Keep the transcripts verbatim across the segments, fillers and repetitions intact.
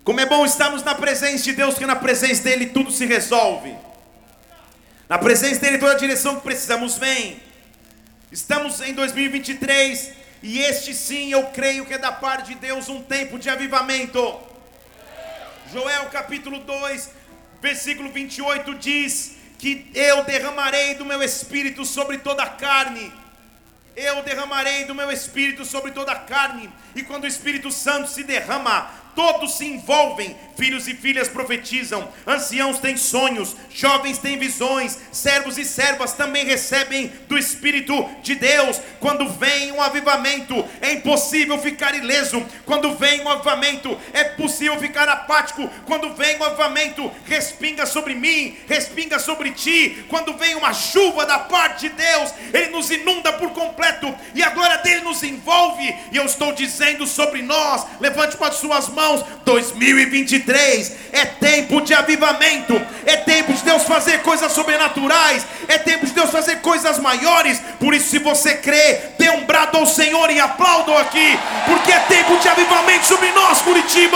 Como é bom estarmos na presença de Deus, que na presença dEle tudo se resolve. Na presença dEle toda a direção que precisamos vem. Estamos em dois mil e vinte e três e este sim eu creio que é da parte de Deus um tempo de avivamento. Joel capítulo dois, versículo vinte e oito diz que eu derramarei do meu espírito sobre toda a carne. Eu derramarei do meu espírito sobre toda a carne. E quando o Espírito Santo se derrama, todos se envolvem, filhos e filhas profetizam, anciãos têm sonhos, jovens têm visões, servos e servas também recebem do Espírito de Deus. Quando vem um avivamento, é impossível ficar ileso. Quando vem um avivamento, é possível ficar apático. Quando vem um avivamento, respinga sobre mim, respinga sobre ti. Quando vem uma chuva da parte de Deus, Ele nos inunda por completo, e a glória dEle nos envolve. E eu estou dizendo sobre nós, levante com as suas mãos, dois mil e vinte e três é tempo de avivamento, é tempo de Deus fazer coisas sobrenaturais, é tempo de Deus fazer coisas maiores. Por isso, se você crê, dê um brado ao Senhor e aplaudam aqui, porque é tempo de avivamento sobre nós, Curitiba.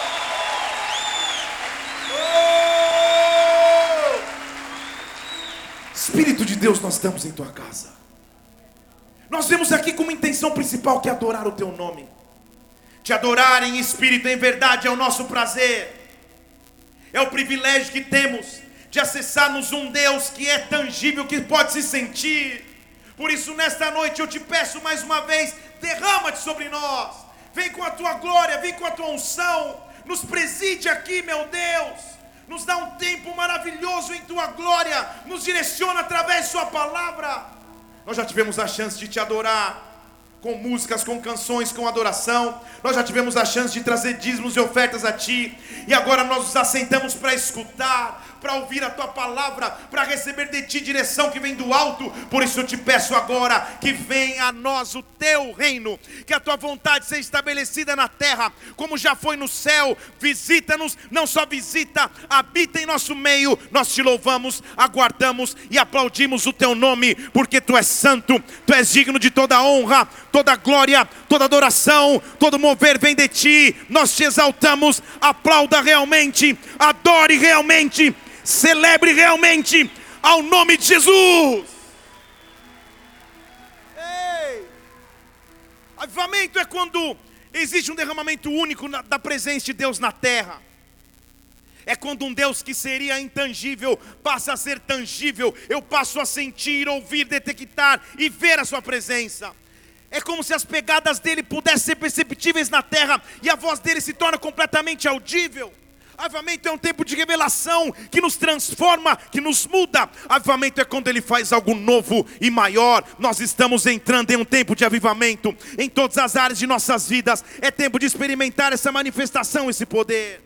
Oh! Espírito de Deus, nós estamos em tua casa. Nós vemos aqui como intenção principal que é adorar o teu nome. Te adorar em espírito e em verdade é o nosso prazer. É o privilégio que temos de acessarmos um Deus que é tangível, que pode se sentir. Por isso nesta noite eu te peço mais uma vez, derrama-te sobre nós. Vem com a tua glória, vem com a tua unção. Nos preside aqui, meu Deus. Nos dá um tempo maravilhoso em tua glória. Nos direciona através de sua palavra. Nós já tivemos a chance de te adorar com músicas, com canções, com adoração. Nós já tivemos a chance de trazer dízimos e ofertas a ti. E agora nós nos assentamos para escutar, para ouvir a tua palavra, para receber de ti direção que vem do alto. Por isso eu te peço agora que venha a nós o teu reino, que a tua vontade seja estabelecida na terra como já foi no céu. Visita-nos, não só visita, habita em nosso meio. Nós te louvamos, aguardamos e aplaudimos o teu nome, porque tu és santo, tu és digno de toda honra, toda glória, toda adoração, todo mover vem de ti. Nós te exaltamos. Aplauda realmente, adore realmente, celebre realmente ao nome de Jesus. Ei! Avivamento é quando existe um derramamento único na, da presença de Deus na terra. É quando um Deus que seria intangível passa a ser tangível. Eu passo a sentir, ouvir, detectar e ver a sua presença. É como se as pegadas dele pudessem ser perceptíveis na terra e a voz dele se torna completamente audível. Avivamento é um tempo de revelação que nos transforma, que nos muda. Avivamento é quando Ele faz algo novo e maior. Nós estamos entrando em um tempo de avivamento em todas as áreas de nossas vidas. É tempo de experimentar essa manifestação, esse poder.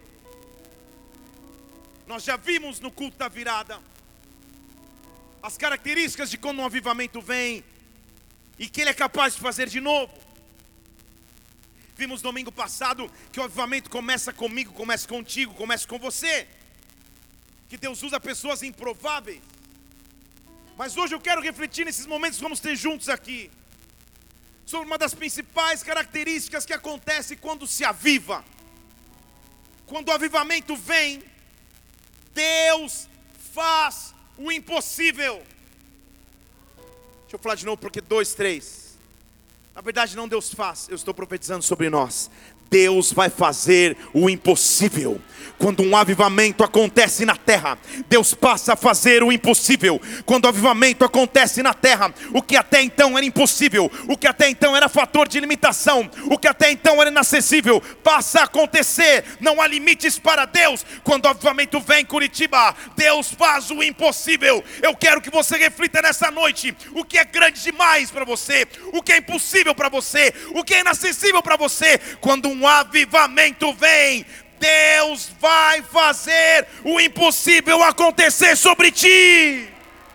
Nós já vimos no culto da virada as características de quando um avivamento vem e que Ele é capaz de fazer de novo. Vimos domingo passado que o avivamento começa comigo, começa contigo, começa com você. Que Deus usa pessoas improváveis. Mas hoje eu quero refletir nesses momentos que vamos ter juntos aqui, sobre uma das principais características que acontece quando se aviva. Quando o avivamento vem, Deus faz o impossível. Deixa eu falar de novo porque dois, três. Na verdade não Deus faz, eu estou profetizando sobre nós. Deus vai fazer o impossível. Quando um avivamento acontece na terra, Deus passa a fazer o impossível. Quando o avivamento acontece na terra, o que até então era impossível, o que até então era fator de limitação, o que até então era inacessível, passa a acontecer. Não há limites para Deus. Quando o avivamento vem em Curitiba, Deus faz o impossível. Eu quero que você reflita nessa noite o que é grande demais para você, o que é impossível para você, o que é inacessível para você. Quando um avivamento vem, Deus vai fazer o impossível acontecer sobre ti.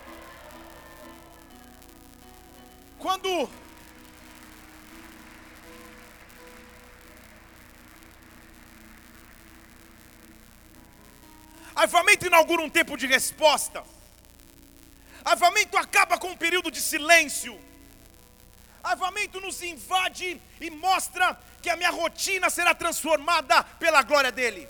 Quando avivamento inaugura um tempo de resposta, avivamento acaba com um período de silêncio, Avivamento nos invade e mostra que a minha rotina será transformada pela glória dele.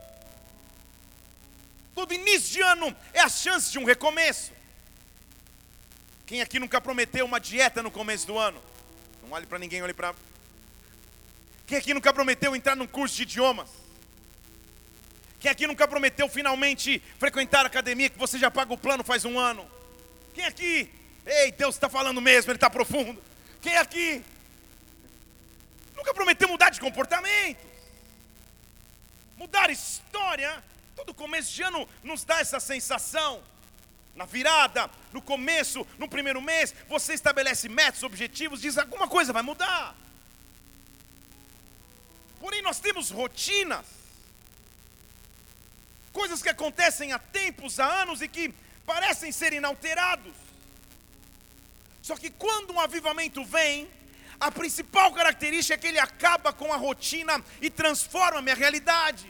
Todo início de ano é a chance de um recomeço. Quem aqui nunca prometeu uma dieta no começo do ano? Não olhe para ninguém, olhe para... Quem aqui nunca prometeu entrar num curso de idiomas? Quem aqui nunca prometeu finalmente frequentar a academia que você já paga o plano faz um ano? Quem aqui? Ei, Deus está falando mesmo, Ele está profundo. Quem aqui nunca prometeu mudar de comportamento? Mudar história? Todo começo de ano nos dá essa sensação. Na virada, no começo, no primeiro mês, você estabelece metas, objetivos, diz alguma coisa vai mudar. Porém nós temos rotinas, coisas que acontecem há tempos, há anos e que parecem ser inalterados. Só que quando um avivamento vem, a principal característica é que ele acaba com a rotina e transforma a minha realidade.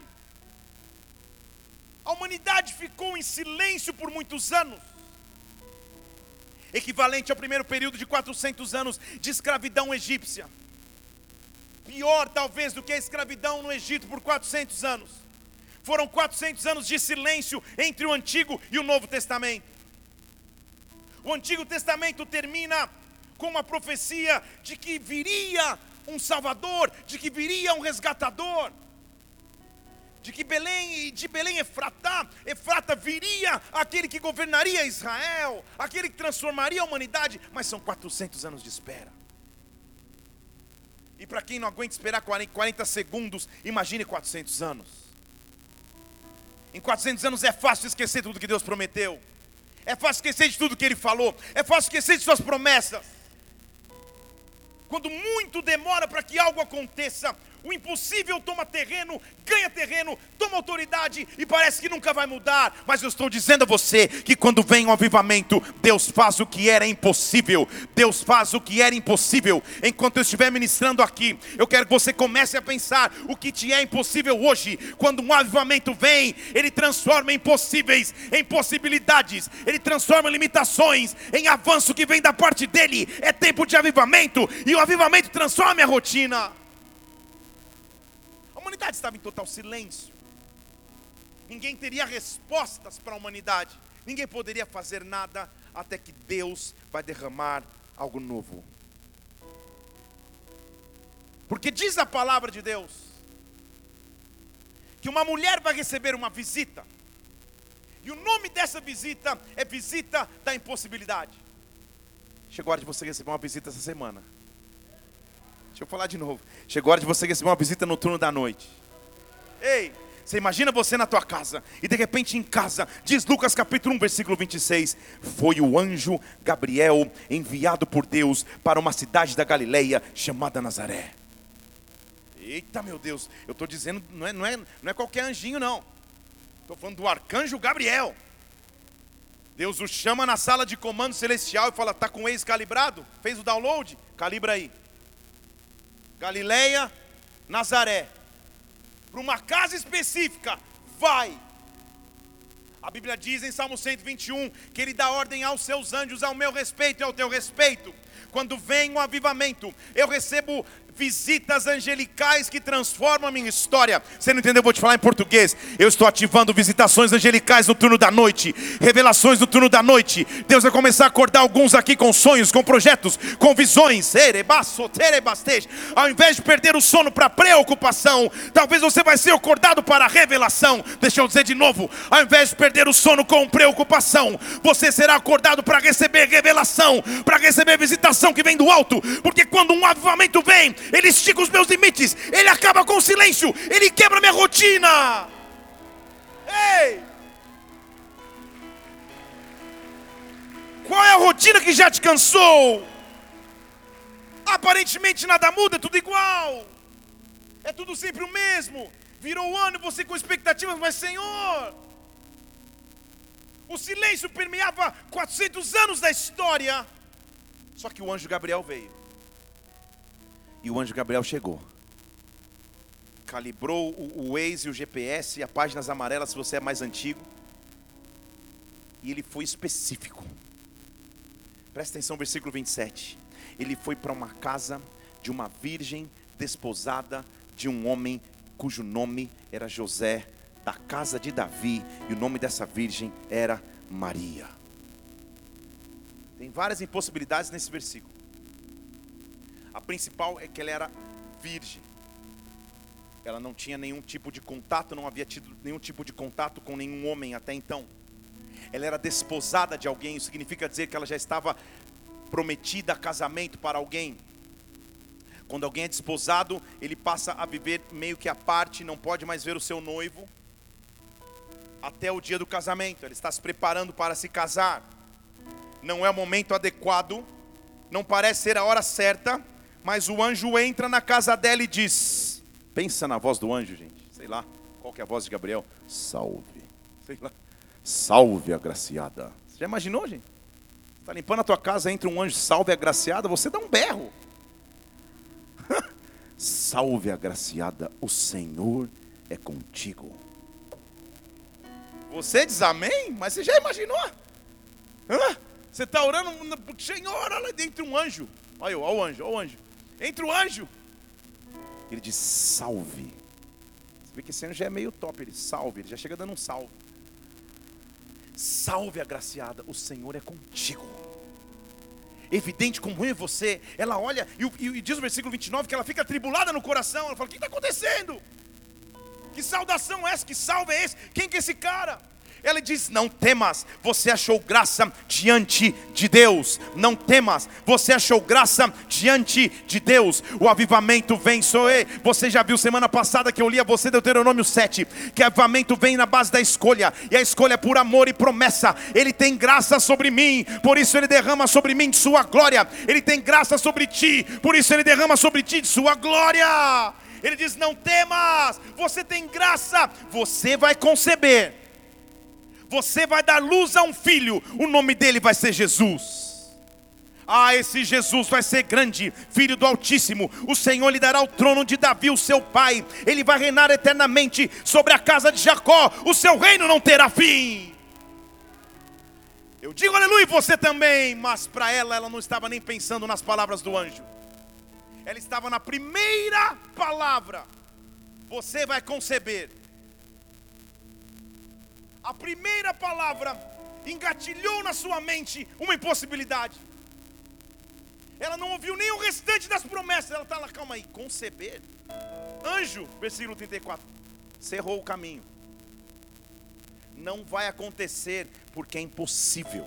A humanidade ficou em silêncio por muitos anos, equivalente ao primeiro período de quatrocentos anos de escravidão egípcia. Pior talvez do que a escravidão no Egito por quatrocentos anos. Foram quatrocentos anos de silêncio entre o Antigo e o Novo Testamento. O Antigo Testamento termina com uma profecia de que viria um Salvador, de que viria um resgatador, de que Belém, de Belém Efratá, Efrata viria aquele que governaria Israel, aquele que transformaria a humanidade, mas são quatrocentos anos de espera. E para quem não aguenta esperar quarenta segundos, imagine quatrocentos anos. Em quatrocentos anos é fácil esquecer tudo que Deus prometeu. É fácil esquecer de tudo que Ele falou. É fácil esquecer de suas promessas. Quando muito demora para que algo aconteça, o impossível toma terreno, ganha terreno, toma autoridade e parece que nunca vai mudar. Mas eu estou dizendo a você que quando vem um avivamento, Deus faz o que era impossível. Deus faz o que era impossível. Enquanto eu estiver ministrando aqui, eu quero que você comece a pensar o que te é impossível hoje. Quando um avivamento vem, ele transforma impossíveis em possibilidades. Ele transforma limitações em avanço que vem da parte dele. É tempo de avivamento e o avivamento transforma a minha rotina. A humanidade estava em total silêncio. Ninguém teria respostas para a humanidade. Ninguém poderia fazer nada até que Deus vai derramar algo novo. Porque diz a palavra de Deus que uma mulher vai receber uma visita. E o nome dessa visita é visita da impossibilidade. Chegou a hora de você receber uma visita essa semana. Deixa eu falar de novo. Chegou a hora de você receber uma visita no turno da noite. Ei, você imagina você na tua casa e de repente em casa, diz Lucas capítulo um, versículo vinte e seis, foi o anjo Gabriel enviado por Deus para uma cidade da Galileia chamada Nazaré. Eita meu Deus, eu estou dizendo, não é, não, é, não é qualquer anjinho não. Estou falando do arcanjo Gabriel. Deus o chama na sala de comando celestial e fala, está com o ex calibrado? Fez o download? Calibra aí. Galileia, Nazaré, para uma casa específica, vai. A Bíblia diz em Salmo cento e vinte e um, que Ele dá ordem aos seus anjos, ao meu respeito e ao teu respeito. Quando vem um avivamento, eu recebo visitas angelicais que transformam a minha história. Você não entendeu? Eu vou te falar em português. Eu estou ativando visitações angelicais no turno da noite, revelações no turno da noite. Deus vai começar a acordar alguns aqui com sonhos, com projetos, com visões. Ao invés de perder o sono para preocupação, talvez você vai ser acordado para a revelação. Deixa eu dizer de novo, ao invés de perder o sono com preocupação, você será acordado para receber revelação, para receber visitação que vem do alto. Porque quando um avivamento vem, Ele estica os meus limites, Ele acaba com o silêncio, Ele quebra minha rotina. Ei! Qual é a rotina que já te cansou? Aparentemente nada muda, é tudo igual. É tudo sempre o mesmo. Virou o ano e você com expectativas, mas Senhor, o silêncio permeava quatrocentos anos da história. Só que o anjo Gabriel veio. E o anjo Gabriel chegou. Calibrou o, o Waze e o G P S, e as páginas amarelas se você é mais antigo. E ele foi específico. Presta atenção, versículo vinte e sete. ele foi para uma casa de uma virgem desposada de um homem cujo nome era José, da casa de Davi, e o nome dessa virgem era Maria. Tem várias impossibilidades nesse versículo. A principal é que ela era virgem. Ela não tinha nenhum tipo de contato, não havia tido nenhum tipo de contato com nenhum homem até então. Ela era desposada de alguém, isso significa dizer que ela já estava prometida a casamento para alguém. Quando alguém é desposado, ele passa a viver meio que à parte, não pode mais ver o seu noivo até o dia do casamento. Ele está se preparando para se casar. Não é o momento adequado, não parece ser a hora certa, mas o anjo entra na casa dela e diz, pensa na voz do anjo, gente, sei lá, qual que é a voz de Gabriel? Salve, sei lá, salve agraciada. Você já imaginou, gente? Você está limpando a tua casa, entra um anjo, salve agraciada, você dá um berro. Salve agraciada, o Senhor é contigo. Você diz amém? Mas você já imaginou? Hã? Você está orando, Senhor, olha dentro um anjo. Olha, olha o anjo, olha o anjo. Entra o anjo. Ele diz salve. Você vê que esse anjo já é meio top. Ele salve, ele já chega dando um salve. Salve agraciada, o Senhor é contigo. Evidente como eu e você. Ela olha e, e, e diz o versículo vinte e nove que ela fica atribulada no coração. Ela fala, o que está acontecendo? Que saudação é essa? Que salve é esse? Quem que é esse cara? Ela diz, não temas, você achou graça diante de Deus. Não temas, você achou graça diante de Deus. O avivamento vem, Soe. Você já viu semana passada que eu li a você Deuteronômio sete, que avivamento vem na base da escolha. E a escolha é por amor e promessa. Ele tem graça sobre mim, por isso Ele derrama sobre mim de sua glória. Ele tem graça sobre ti, por isso Ele derrama sobre ti de sua glória. Ele diz, não temas, você tem graça. Você vai conceber, você vai dar luz a um filho, o nome dele vai ser Jesus. Ah, esse Jesus vai ser grande, filho do Altíssimo. O Senhor lhe dará o trono de Davi, o seu pai. Ele vai reinar eternamente sobre a casa de Jacó. O seu reino não terá fim. Eu digo aleluia, e você também. Mas para ela, ela não estava nem pensando nas palavras do anjo. Ela estava na primeira palavra. Você vai conceber. A primeira palavra engatilhou na sua mente uma impossibilidade. Ela não ouviu nem o restante das promessas. Ela está lá, calma aí, conceber. Anjo, versículo trinta e quatro, cerrou o caminho. Não vai acontecer porque é impossível.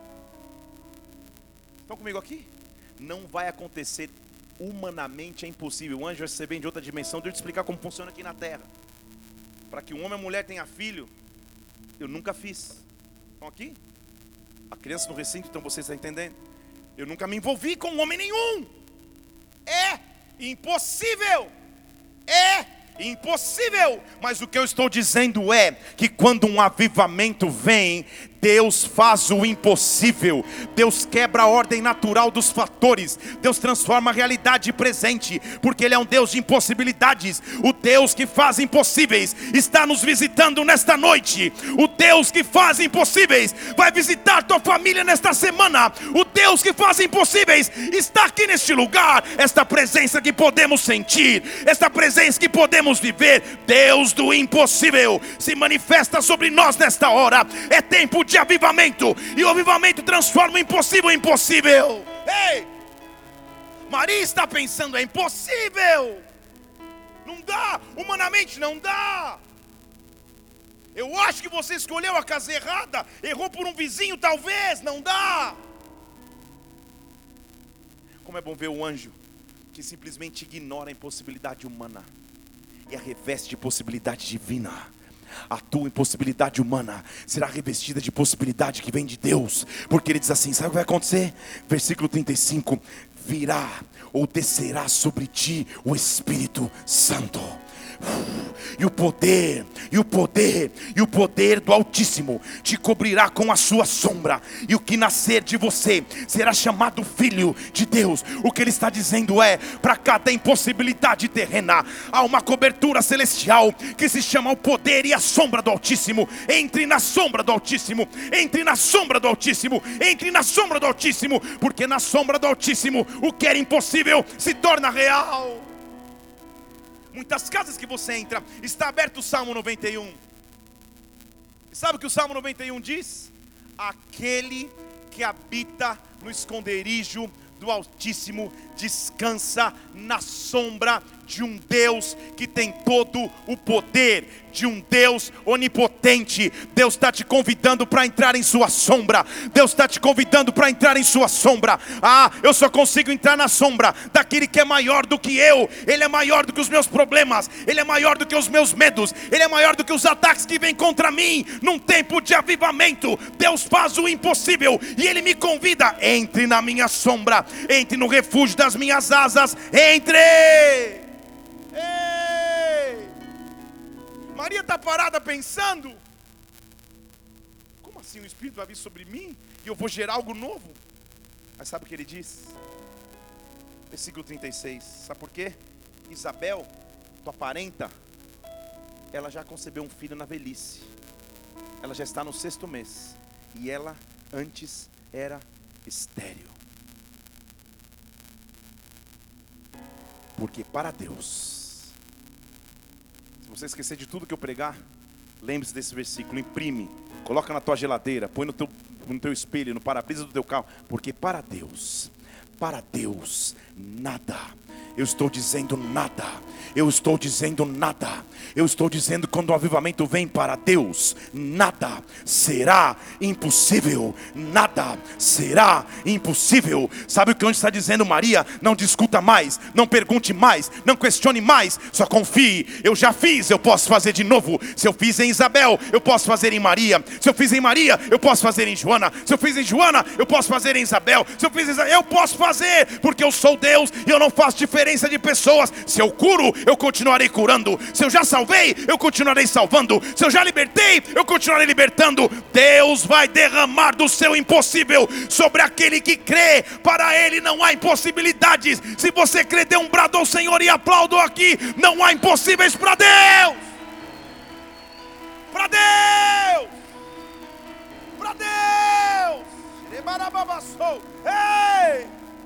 Estão comigo aqui? Não vai acontecer, humanamente é impossível. O anjo, você vem de outra dimensão. Deixa eu te explicar como funciona aqui na terra. Para que um homem e uma mulher tenha filho, eu nunca fiz. Estão aqui? A criança no recinto, então você está entendendo? Eu nunca me envolvi com homem nenhum. É impossível. É impossível. Mas o que eu estou dizendo é que quando um avivamento vem, Deus faz o impossível. Deus quebra a ordem natural dos fatores. Deus transforma a realidade presente, porque Ele é um Deus de impossibilidades. O Deus que faz impossíveis está nos visitando nesta noite. O Deus que faz impossíveis vai visitar tua família nesta semana. O Deus que faz impossíveis está aqui neste lugar. Esta presença que podemos sentir, esta presença que podemos viver. Deus do impossível se manifesta sobre nós nesta hora. É tempo de de avivamento, e o avivamento transforma o impossível em possível. Ei, Maria está pensando, é impossível, não dá, humanamente não dá. Eu acho que você escolheu a casa errada, errou por um vizinho talvez, não dá. Como é bom ver o anjo que simplesmente ignora a impossibilidade humana e a reveste de possibilidade divina. A tua impossibilidade humana será revestida de possibilidade que vem de Deus, porque Ele diz assim, sabe o que vai acontecer? Versículo trinta e cinco, virá ou descerá sobre ti o Espírito Santo, e o poder e o poder, e o poder do Altíssimo te cobrirá com a sua sombra, e o que nascer de você será chamado filho de Deus. O que ele está dizendo é, para cada impossibilidade terrena, há uma cobertura celestial, que se chama o poder e a sombra do Altíssimo. Entre na sombra do Altíssimo, entre na sombra do Altíssimo, entre na sombra do Altíssimo, porque na sombra do Altíssimo, o que era impossível se torna real. Muitas casas que você entra, está aberto o Salmo noventa e um. E sabe o que o Salmo noventa e um diz? Aquele que habita no esconderijo do Altíssimo descansa na sombra de um Deus que tem todo o poder, de um Deus onipotente. Deus está te convidando para entrar em sua sombra. Deus está te convidando para entrar em sua sombra. Ah, eu só consigo entrar na sombra daquele que é maior do que eu. Ele é maior do que os meus problemas, Ele é maior do que os meus medos, Ele é maior do que os ataques que vêm contra mim. Num tempo de avivamento, Deus faz o impossível e Ele me convida: entre na minha sombra, entre no refúgio das minhas asas, entre. Ei! Maria está parada pensando: como assim o Espírito vai vir sobre mim e eu vou gerar algo novo? Mas sabe o que ele diz? Versículo trinta e seis, sabe por quê? Isabel, tua parenta, ela já concebeu um filho na velhice. Ela já está no sexto mês, e ela antes era estéril. Porque para Deus, se você esquecer de tudo que eu pregar, lembre-se desse versículo, imprime, coloca na tua geladeira, põe no teu, no teu espelho, no para-brisa do teu carro. Porque para Deus, para Deus, nada, eu estou dizendo nada, eu estou dizendo nada, eu estou dizendo quando o avivamento vem, para Deus, nada será impossível, nada será impossível. Sabe o que onde está dizendo Maria? Não discuta mais, não pergunte mais, não questione mais, só confie. Eu já fiz, eu posso fazer de novo. Se eu fiz em Isabel, eu posso fazer em Maria. Se eu fiz em Maria, eu posso fazer em Joana. Se eu fiz em Joana, eu posso fazer em Isabel. Se eu fiz em Isabel, eu posso fazer, porque eu sou Deus e eu não faço diferença de pessoas. Se eu curo, eu continuarei curando. Se eu já salvei, eu continuarei salvando. Se eu já libertei, eu continuarei libertando. Deus vai derramar do seu impossível sobre aquele que crê. Para Ele não há impossibilidades. Se você crê, dê um brado ao Senhor e aplaudo aqui. Não há impossíveis para Deus. Para Deus. Para Deus. Ei!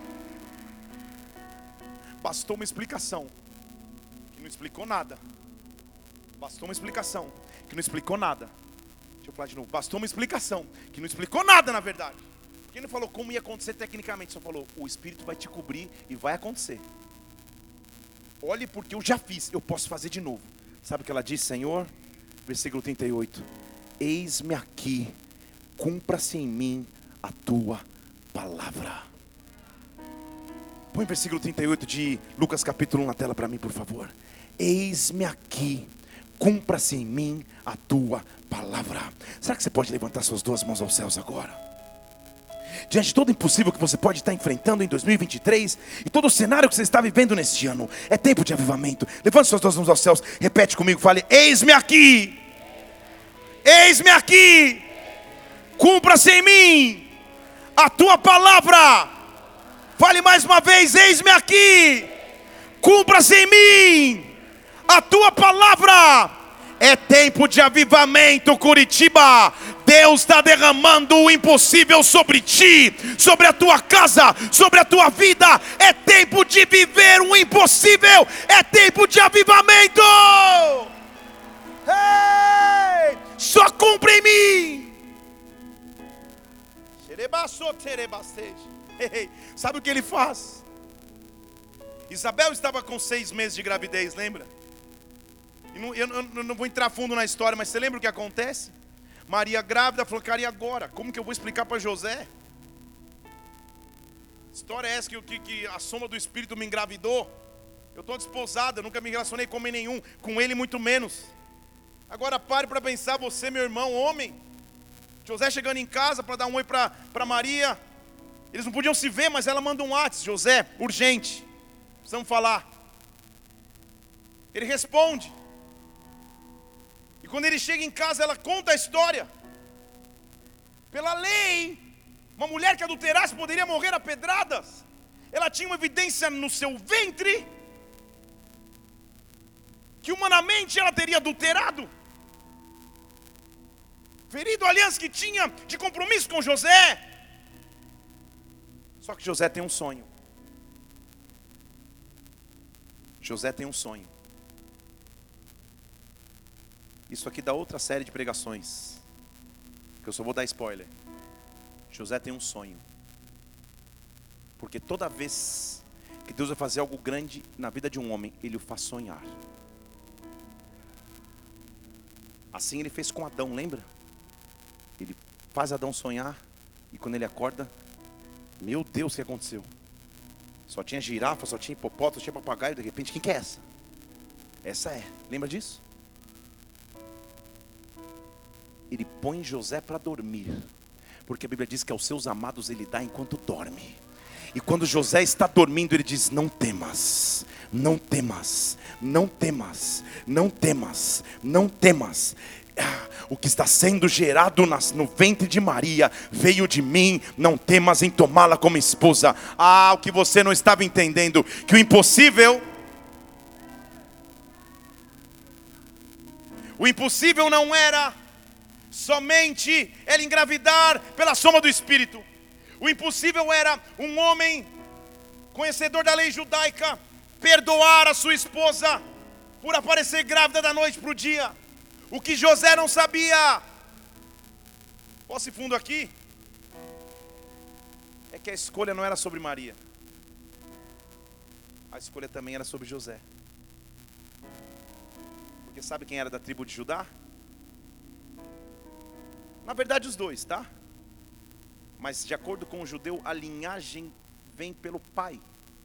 Bastou uma explicação que não explicou nada. Bastou uma explicação que não explicou nada. Deixa eu falar de novo. Bastou uma explicação que não explicou nada, na verdade. Porque não falou como ia acontecer tecnicamente, só falou: o Espírito vai te cobrir e vai acontecer. Olhe, porque eu já fiz, eu posso fazer de novo. Sabe o que ela diz, Senhor? Versículo trinta e oito: eis-me aqui, cumpra-se em mim a tua palavra. Põe o versículo trinta e oito de Lucas capítulo um na tela para mim, por favor. Eis-me aqui, cumpra-se em mim a tua palavra. Será que você pode levantar suas duas mãos aos céus agora? Diante de todo o impossível que você pode estar enfrentando em dois mil e vinte e três, e todo o cenário que você está vivendo neste ano, é tempo de avivamento. Levante suas duas mãos aos céus, repete comigo, fale: eis-me aqui, eis-me aqui, cumpra-se em mim a tua palavra. Fale mais uma vez: eis-me aqui, cumpra-se em mim a tua palavra. É tempo de avivamento, Curitiba. Deus está derramando o impossível sobre ti, sobre a tua casa, sobre a tua vida. É tempo de viver um impossível. É tempo de avivamento. Hey! Só cumpre em mim. Sabe o que ele faz? Isabel estava com seis meses de gravidez, lembra? E não, eu, eu não vou entrar fundo na história, mas você lembra o que acontece? Maria grávida falou: cara, e agora? Como que eu vou explicar para José? História é essa que, que, que a sombra do Espírito me engravidou? Eu estou desposada, nunca me relacionei com homem nenhum, com ele muito menos. Agora pare para pensar, você, meu irmão, homem. José chegando em casa para dar um oi para Maria. Eles não podiam se ver, mas ela manda um WhatsApp: José, urgente, precisamos falar. Ele responde. E quando ele chega em casa, ela conta a história. Pela lei, uma mulher que adulterasse poderia morrer a pedradas. Ela tinha uma evidência no seu ventre que humanamente ela teria adulterado, ferido a aliança que tinha de compromisso com José. Só que José tem um sonho. José tem um sonho. Isso aqui dá outra série de pregações, que eu só vou dar spoiler. José tem um sonho. Porque toda vez que Deus vai fazer algo grande na vida de um homem, Ele o faz sonhar. Assim Ele fez com Adão, lembra? Ele faz Adão sonhar, e quando ele acorda, meu Deus, o que aconteceu? Só tinha girafa, só tinha hipopótamo, só tinha papagaio. De repente, quem que é essa? Essa é, lembra disso? Ele põe José para dormir, porque a Bíblia diz que aos seus amados Ele dá enquanto dorme. E quando José está dormindo, Ele diz: não temas, não temas, não temas, não temas, não temas. O que está sendo gerado no ventre de Maria veio de mim, não temas em tomá-la como esposa. Ah, o que você não estava entendendo, que o impossível, o impossível não era somente ela engravidar pela soma do Espírito. O impossível era um homem conhecedor da lei judaica perdoar a sua esposa por aparecer grávida da noite para o dia. O que José não sabia, posso ir fundo aqui, é que a escolha não era sobre Maria, a escolha também era sobre José. Porque sabe quem era da tribo de Judá? Na verdade os dois, tá? Mas de acordo com o judeu, a linhagem vem pelo pai.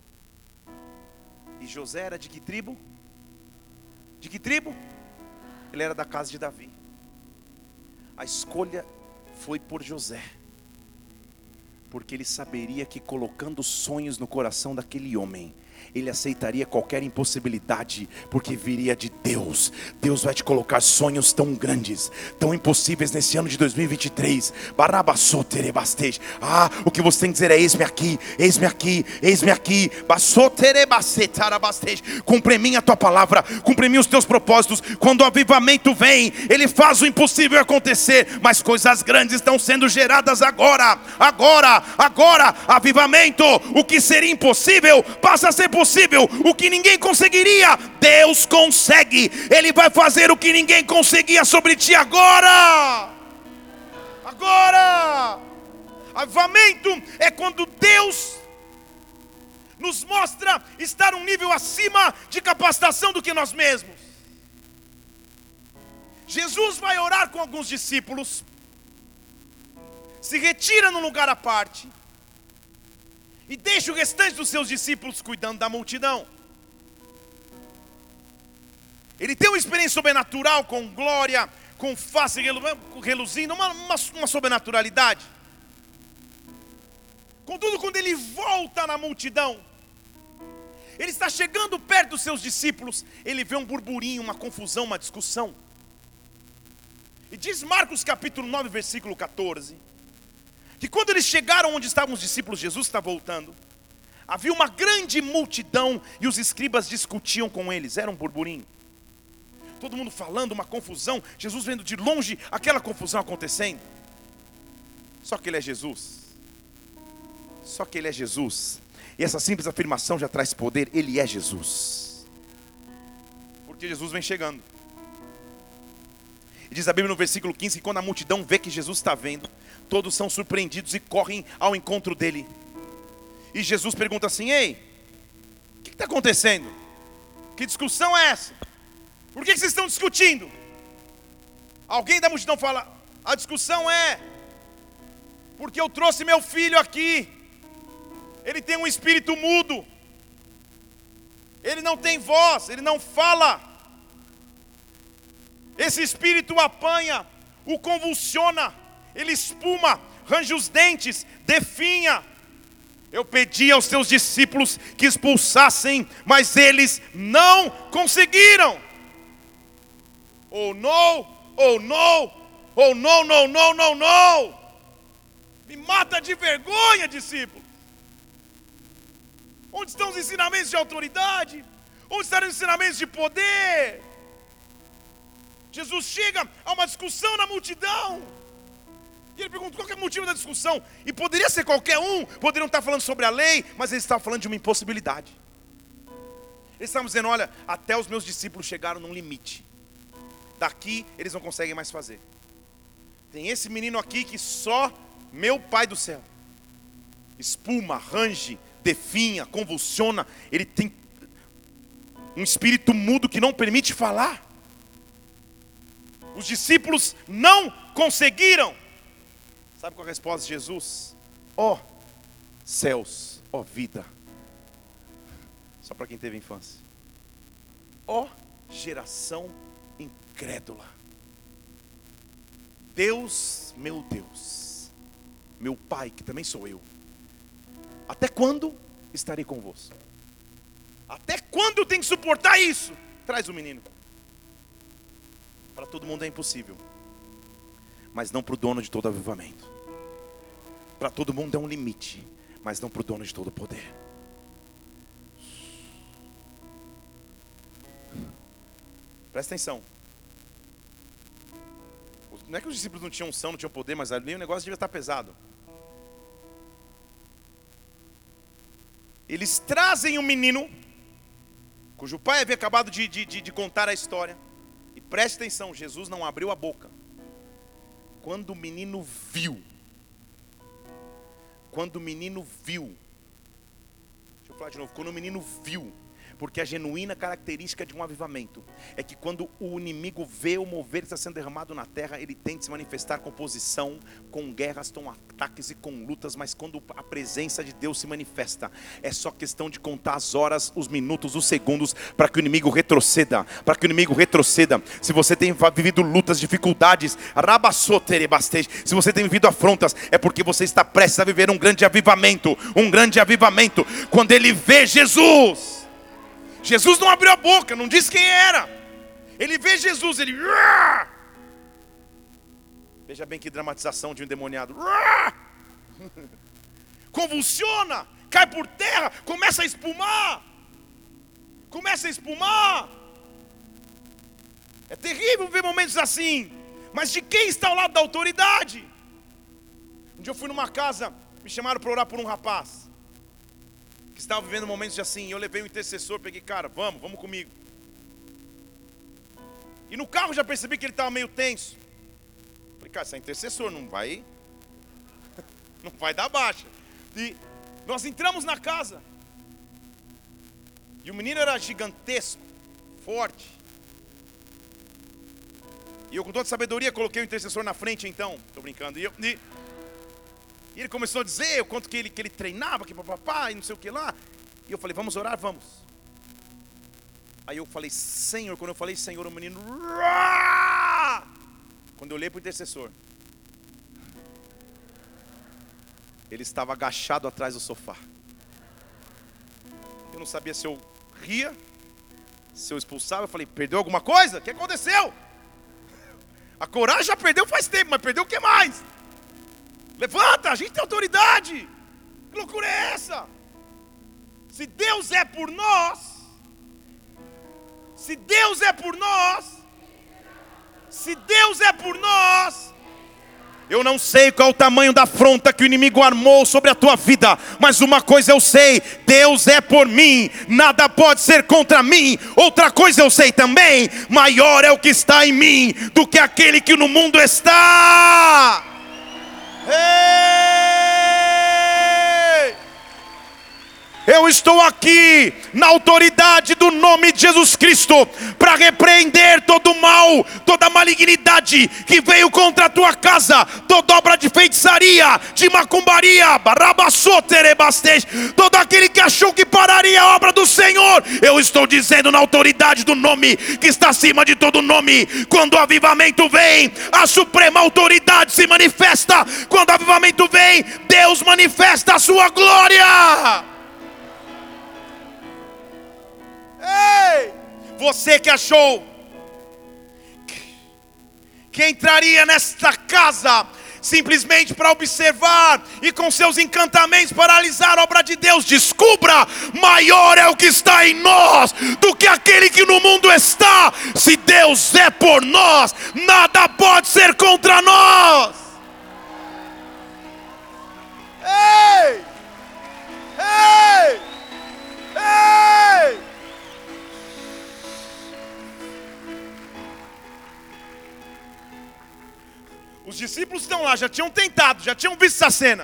E José era de que tribo? De que tribo? Ele era da casa de Davi. A escolha foi por José, porque ele saberia que colocando sonhos no coração daquele homem, ele aceitaria qualquer impossibilidade, porque viria de Deus. Deus vai te colocar sonhos tão grandes, tão impossíveis nesse ano de dois mil e vinte e três. Ah, o que você tem que dizer é: eis-me aqui, eis-me aqui, eis-me aqui. Cumpre em mim a tua palavra, cumpre em mim os teus propósitos. Quando o avivamento vem, ele faz o impossível acontecer. Mas coisas grandes estão sendo geradas agora, agora, agora. Avivamento, o que seria impossível passa a ser possível. O que ninguém conseguiria, Deus consegue. Ele vai fazer o que ninguém conseguia sobre ti agora. Agora. Avivamento é quando Deus nos mostra estar um nível acima de capacitação do que nós mesmos. Jesus vai orar com alguns discípulos, se retira num lugar à parte e deixa o restante dos seus discípulos cuidando da multidão. Ele tem uma experiência sobrenatural com glória, com face reluzindo, uma, uma, uma sobrenaturalidade. Contudo, quando ele volta na multidão, ele está chegando perto dos seus discípulos, ele vê um burburinho, uma confusão, uma discussão. E diz Marcos capítulo nove, versículo catorze, que quando eles chegaram onde estavam os discípulos, Jesus está voltando, havia uma grande multidão e os escribas discutiam com eles. Era um burburinho, todo mundo falando, uma confusão, Jesus vendo de longe aquela confusão acontecendo. Só que ele é Jesus, só que ele é Jesus, e essa simples afirmação já traz poder. Ele é Jesus, porque Jesus vem chegando. E diz a Bíblia no versículo quinze que quando a multidão vê que Jesus está vendo, todos são surpreendidos e correm ao encontro dele. E Jesus pergunta assim: ei, o que está acontecendo? Que discussão é essa? Por que vocês estão discutindo? Alguém da multidão fala: a discussão é porque eu trouxe meu filho aqui. Ele tem um espírito mudo, ele não tem voz, ele não fala. Esse espírito apanha, o convulsiona, ele espuma, range os dentes, definha. Eu pedi aos seus discípulos que expulsassem, mas eles não conseguiram. Oh no, Oh não, oh não, não, não, não, não. Me mata de vergonha, discípulo. Onde estão os ensinamentos de autoridade? Onde estão os ensinamentos de poder? Jesus chega a uma discussão na multidão. E ele pergunta qual que é o motivo da discussão. E poderia ser qualquer um. Poderiam estar falando sobre a lei, mas eles estavam falando de uma impossibilidade. Eles estavam dizendo, olha, até os meus discípulos chegaram num limite. Daqui eles não conseguem mais fazer. Tem esse menino aqui que só meu Pai do céu espuma, range, definha, convulsiona. Ele tem um espírito mudo que não permite falar. Os discípulos não conseguiram. Sabe qual é a resposta de Jesus? Ó céus, ó vida. Só para quem teve infância. Ó geração incrédula. Deus, meu Deus, meu Pai, que também sou eu, até quando estarei convosco? Até quando eu tenho que suportar isso? Traz o menino. Para todo mundo é impossível, mas não para o dono de todo avivamento. Para todo mundo é um limite, mas não para o dono de todo poder. Presta atenção. Não é que os discípulos não tinham unção, não tinham poder, mas ali o negócio devia estar pesado. Eles trazem um menino, cujo pai havia acabado de, de, de, de contar a história. E preste atenção, Jesus não abriu a boca. Quando o menino viu, quando o menino viu, deixa eu falar de novo, quando o menino viu, porque a genuína característica de um avivamento é que quando o inimigo vê o mover que está sendo derramado na terra, ele tem de se manifestar com oposição, com guerras, com ataques e com lutas. Mas quando a presença de Deus se manifesta, é só questão de contar as horas, os minutos, os segundos, para que o inimigo retroceda, para que o inimigo retroceda. Se você tem vivido lutas, dificuldades, se você tem vivido afrontas, é porque você está prestes a viver um grande avivamento, um grande avivamento. Quando ele vê Jesus, Jesus não abriu a boca, não disse quem era. Ele vê Jesus, ele... Veja bem que dramatização de um endemoniado. Convulsiona, cai por terra, começa a espumar. Começa a espumar. É terrível ver momentos assim. Mas de quem está ao lado da autoridade? Um dia eu fui numa casa, me chamaram para orar por um rapaz que estava vivendo momentos de assim. Eu levei o intercessor, peguei, cara, vamos, vamos comigo. E no carro já percebi que ele estava meio tenso. Falei, cara, você é intercessor, não vai, não vai dar baixa. E nós entramos na casa. E o menino era gigantesco, forte. E eu com toda sabedoria coloquei o intercessor na frente então. Estou brincando. E eu... E... E ele começou a dizer o quanto que ele, que ele treinava, que papapá, e não sei o que lá. E eu falei, vamos orar? Vamos. Aí eu falei, Senhor, quando eu falei Senhor, o menino... Quando eu olhei para o intercessor, ele estava agachado atrás do sofá. Eu não sabia se eu ria, se eu expulsava. Eu falei, perdeu alguma coisa? O que aconteceu? A coragem já perdeu faz tempo, mas perdeu o que mais? Levanta, a gente tem autoridade. Que loucura é essa? Se Deus é por nós, se Deus é por nós, se Deus é por nós, eu não sei qual o tamanho da afronta que o inimigo armou sobre a tua vida, mas uma coisa eu sei: Deus é por mim, nada pode ser contra mim. Outra coisa eu sei também: maior é o que está em mim do que aquele que no mundo está. Ei! Eu estou aqui na autoridade do nome de Jesus Cristo para repreender todo o mal, toda a malignidade que veio contra a tua casa, toda obra de feitiçaria, de macumbaria, todo aquele que achou que pararia a obra do Senhor. Eu estou dizendo na autoridade do nome que está acima de todo nome. Quando o avivamento vem, a suprema autoridade se manifesta. Quando o avivamento vem, Deus manifesta a sua glória. Ei, você que achou que entraria nesta casa simplesmente para observar e com seus encantamentos paralisar a obra de Deus. Descubra, maior é o que está em nós do que aquele que no mundo está. Se Deus é por nós, nada pode ser contra nós. Ei! Ei! Ei! Os discípulos estão lá, já tinham tentado, já tinham visto essa cena.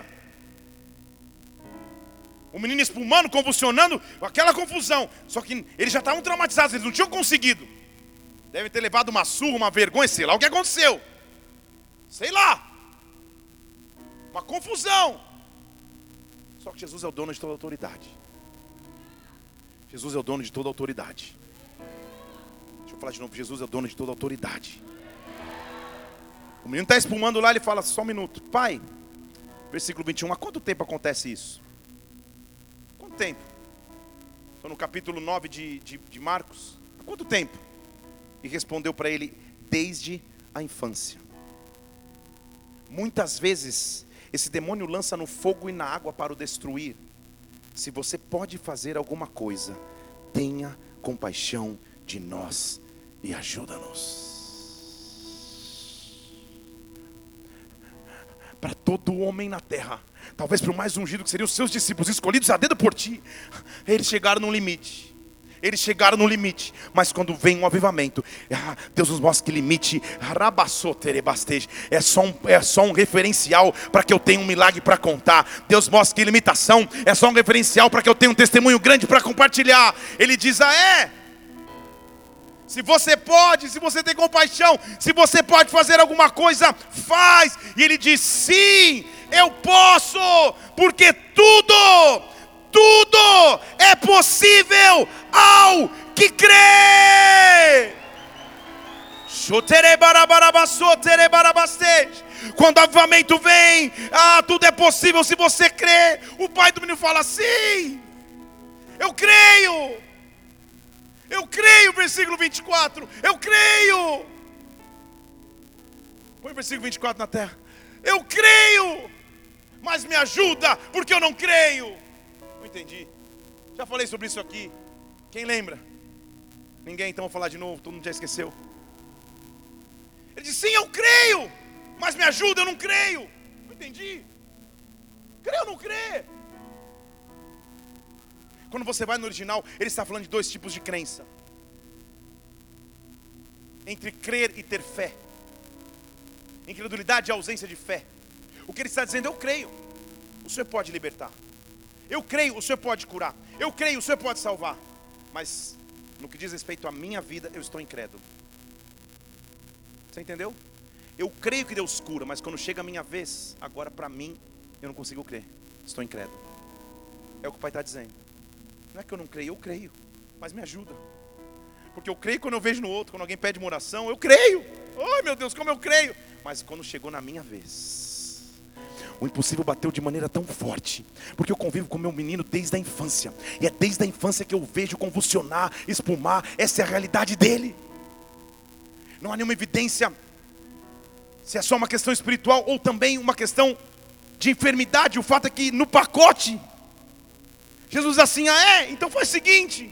O menino espumando, convulsionando, aquela confusão. Só que eles já estavam traumatizados, eles não tinham conseguido. Devem ter levado uma surra, uma vergonha, sei lá o que aconteceu. Sei lá. Uma confusão. Só que Jesus é o dono de toda a autoridade. Jesus é o dono de toda a autoridade. Deixa eu falar de novo, Jesus é o dono de toda a autoridade. O menino está espumando lá, ele fala, só um minuto. Pai, versículo vinte e um, há quanto tempo acontece isso? Quanto tempo? Estou no capítulo nove de, de, de Marcos. Há quanto tempo? E respondeu para ele, desde a infância. Muitas vezes, esse demônio lança no fogo e na água para o destruir. Se você pode fazer alguma coisa, tenha compaixão de nós e ajuda-nos. Para todo homem na terra, talvez para o mais ungido que seriam os seus discípulos, escolhidos a dedo por ti, eles chegaram no limite. Eles chegaram no limite, mas quando vem um avivamento, Deus nos mostra que limite é só um, é só um referencial para que eu tenha um milagre para contar. Deus mostra que limitação é só um referencial para que eu tenha um testemunho grande para compartilhar. Ele diz, ah é? Se você pode, se você tem compaixão, se você pode fazer alguma coisa, faz. E ele diz, sim, eu posso, porque tudo, tudo é possível ao que crê. Quando o avivamento vem, ah, tudo é possível se você crê. O pai do menino fala, sim, eu creio. Eu creio, versículo vinte e quatro. Eu creio. Põe o versículo vinte e quatro na terra. Eu creio, mas me ajuda, porque eu não creio. Não entendi. Já falei sobre isso aqui. Quem lembra? Ninguém, então vou falar de novo. Todo mundo já esqueceu. Ele disse, sim, eu creio, mas me ajuda, eu não creio. Não entendi. Crê ou não crê? Quando você vai no original, ele está falando de dois tipos de crença. Entre crer e ter fé. Incredulidade e ausência de fé. O que ele está dizendo, eu creio, o Senhor pode libertar. Eu creio, o Senhor pode curar. Eu creio, o Senhor pode salvar. Mas, no que diz respeito à minha vida, eu estou incrédulo. Você entendeu? Eu creio que Deus cura, mas quando chega a minha vez, agora para mim, eu não consigo crer. Estou incrédulo. É o que o Pai está dizendo. Não é que eu não creio, eu creio, mas me ajuda. Porque eu creio quando eu vejo no outro, quando alguém pede uma oração, eu creio. Oh meu Deus, como eu creio. Mas quando chegou na minha vez, o impossível bateu de maneira tão forte. Porque eu convivo com meu menino desde a infância. E é desde a infância que eu vejo convulsionar, espumar. Essa é a realidade dele. Não há nenhuma evidência se é só uma questão espiritual ou também uma questão de enfermidade. O fato é que no pacote Jesus diz assim, ah é? Então faz o seguinte.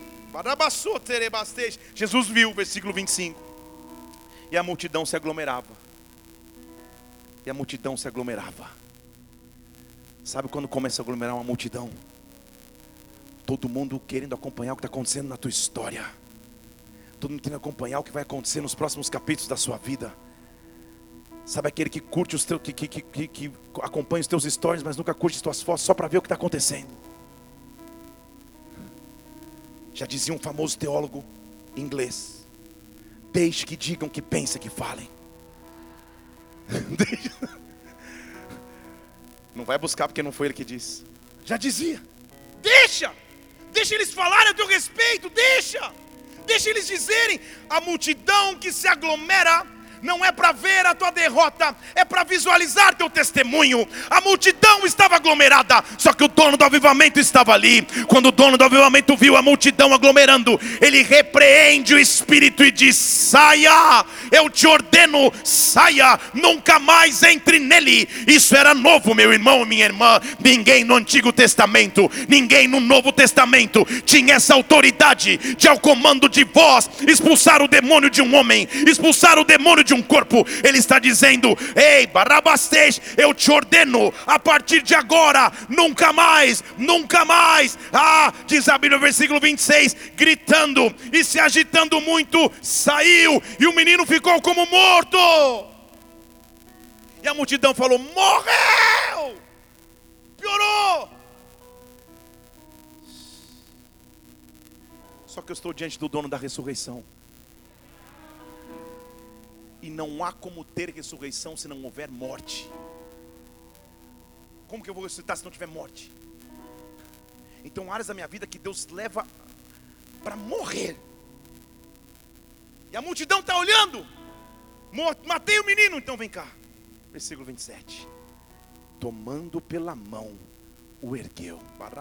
Jesus viu, versículo vinte e cinco. E a multidão se aglomerava. E a multidão se aglomerava. Sabe quando começa a aglomerar uma multidão? Todo mundo querendo acompanhar o que está acontecendo na tua história. Todo mundo querendo acompanhar o que vai acontecer nos próximos capítulos da sua vida. Sabe aquele que curte os teus, que, que, que, que acompanha os teus stories, mas nunca curte as tuas fotos só para ver o que está acontecendo. Já dizia um famoso teólogo inglês, deixe que digam, que pensem, que falem. Não vai buscar porque não foi ele que disse. Já dizia, deixa, deixa eles falarem a teu respeito, deixa, deixa eles dizerem. A multidão que se aglomera não é para ver a tua derrota, é para visualizar teu testemunho. A multidão estava aglomerada, só que o dono do avivamento estava ali. Quando o dono do avivamento viu a multidão aglomerando, ele repreende o espírito e diz, saia. eu te ordeno, saia, nunca mais entre nele. Isso era novo, meu irmão, minha irmã. Ninguém no Antigo Testamento, ninguém no Novo Testamento tinha essa autoridade de, ao comando de voz, expulsar o demônio de um homem, expulsar o demônio de um corpo. Ele está dizendo: ei, Barabastej, eu te ordeno, a partir de agora, nunca mais, nunca mais. Ah, diz a Bíblia no versículo vinte e seis, gritando e se agitando muito, saiu, e o menino ficou como morto. E a multidão falou: morreu, piorou. Só que eu estou diante do dono da ressurreição, e não há como ter ressurreição se não houver morte. Como que eu vou ressuscitar se não tiver morte? Então, áreas da minha vida que Deus leva para morrer, e a multidão está olhando. Matei o menino, então vem cá. Versículo vinte e sete. Tomando pela mão, o ergueu,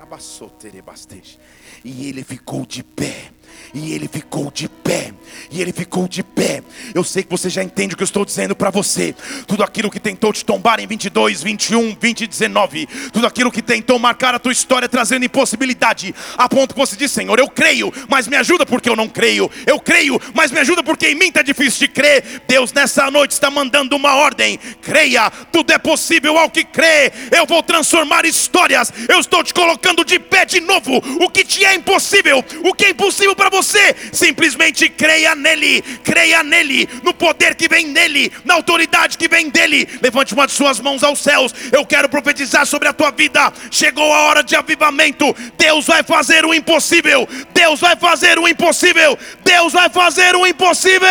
e ele ficou de pé. E ele ficou de pé. E ele ficou de pé. Eu sei que você já entende o que eu estou dizendo para você. Tudo aquilo que tentou te tombar em vinte e dois, vinte e um, vinte e dezenove, tudo aquilo que tentou marcar a tua história, trazendo impossibilidade, a ponto que você diz: Senhor, eu creio, mas me ajuda porque eu não creio. Eu creio, mas me ajuda porque em mim está difícil de crer. Deus nessa noite está mandando uma ordem: creia, tudo é possível ao que crê. Eu vou transformar histórias. Eu estou te colocando de pé de novo. O que te é impossível, o que é impossível para você, simplesmente creia nele. Creia nele, no poder que vem nele, na autoridade que vem dele. Levante uma de suas mãos aos céus. Eu quero profetizar sobre a tua vida. Chegou a hora de avivamento. Deus vai fazer o impossível. Deus vai fazer o impossível. Deus vai fazer o impossível.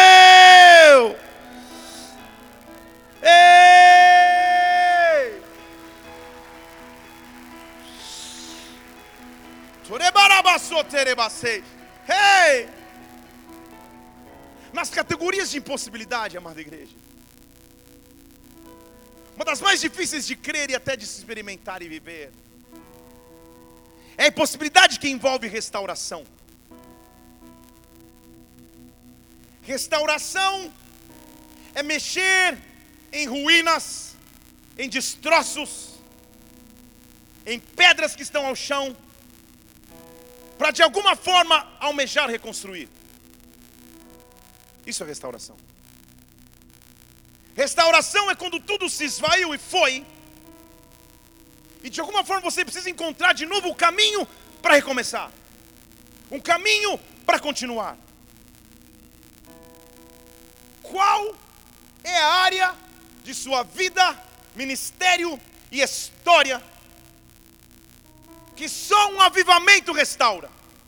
Ei! Ei! Nas categorias de impossibilidade, amada igreja, uma das mais difíceis de crer e até de se experimentar e viver é a impossibilidade que envolve restauração. Restauração é mexer em ruínas, em destroços, em pedras que estão ao chão, para de alguma forma almejar reconstruir. Isso é restauração. Restauração é quando tudo se esvaiu e foi, e de alguma forma você precisa encontrar de novo o caminho para recomeçar, um caminho para continuar. Qual é a área de sua vida, ministério e história que só um avivamento restaura,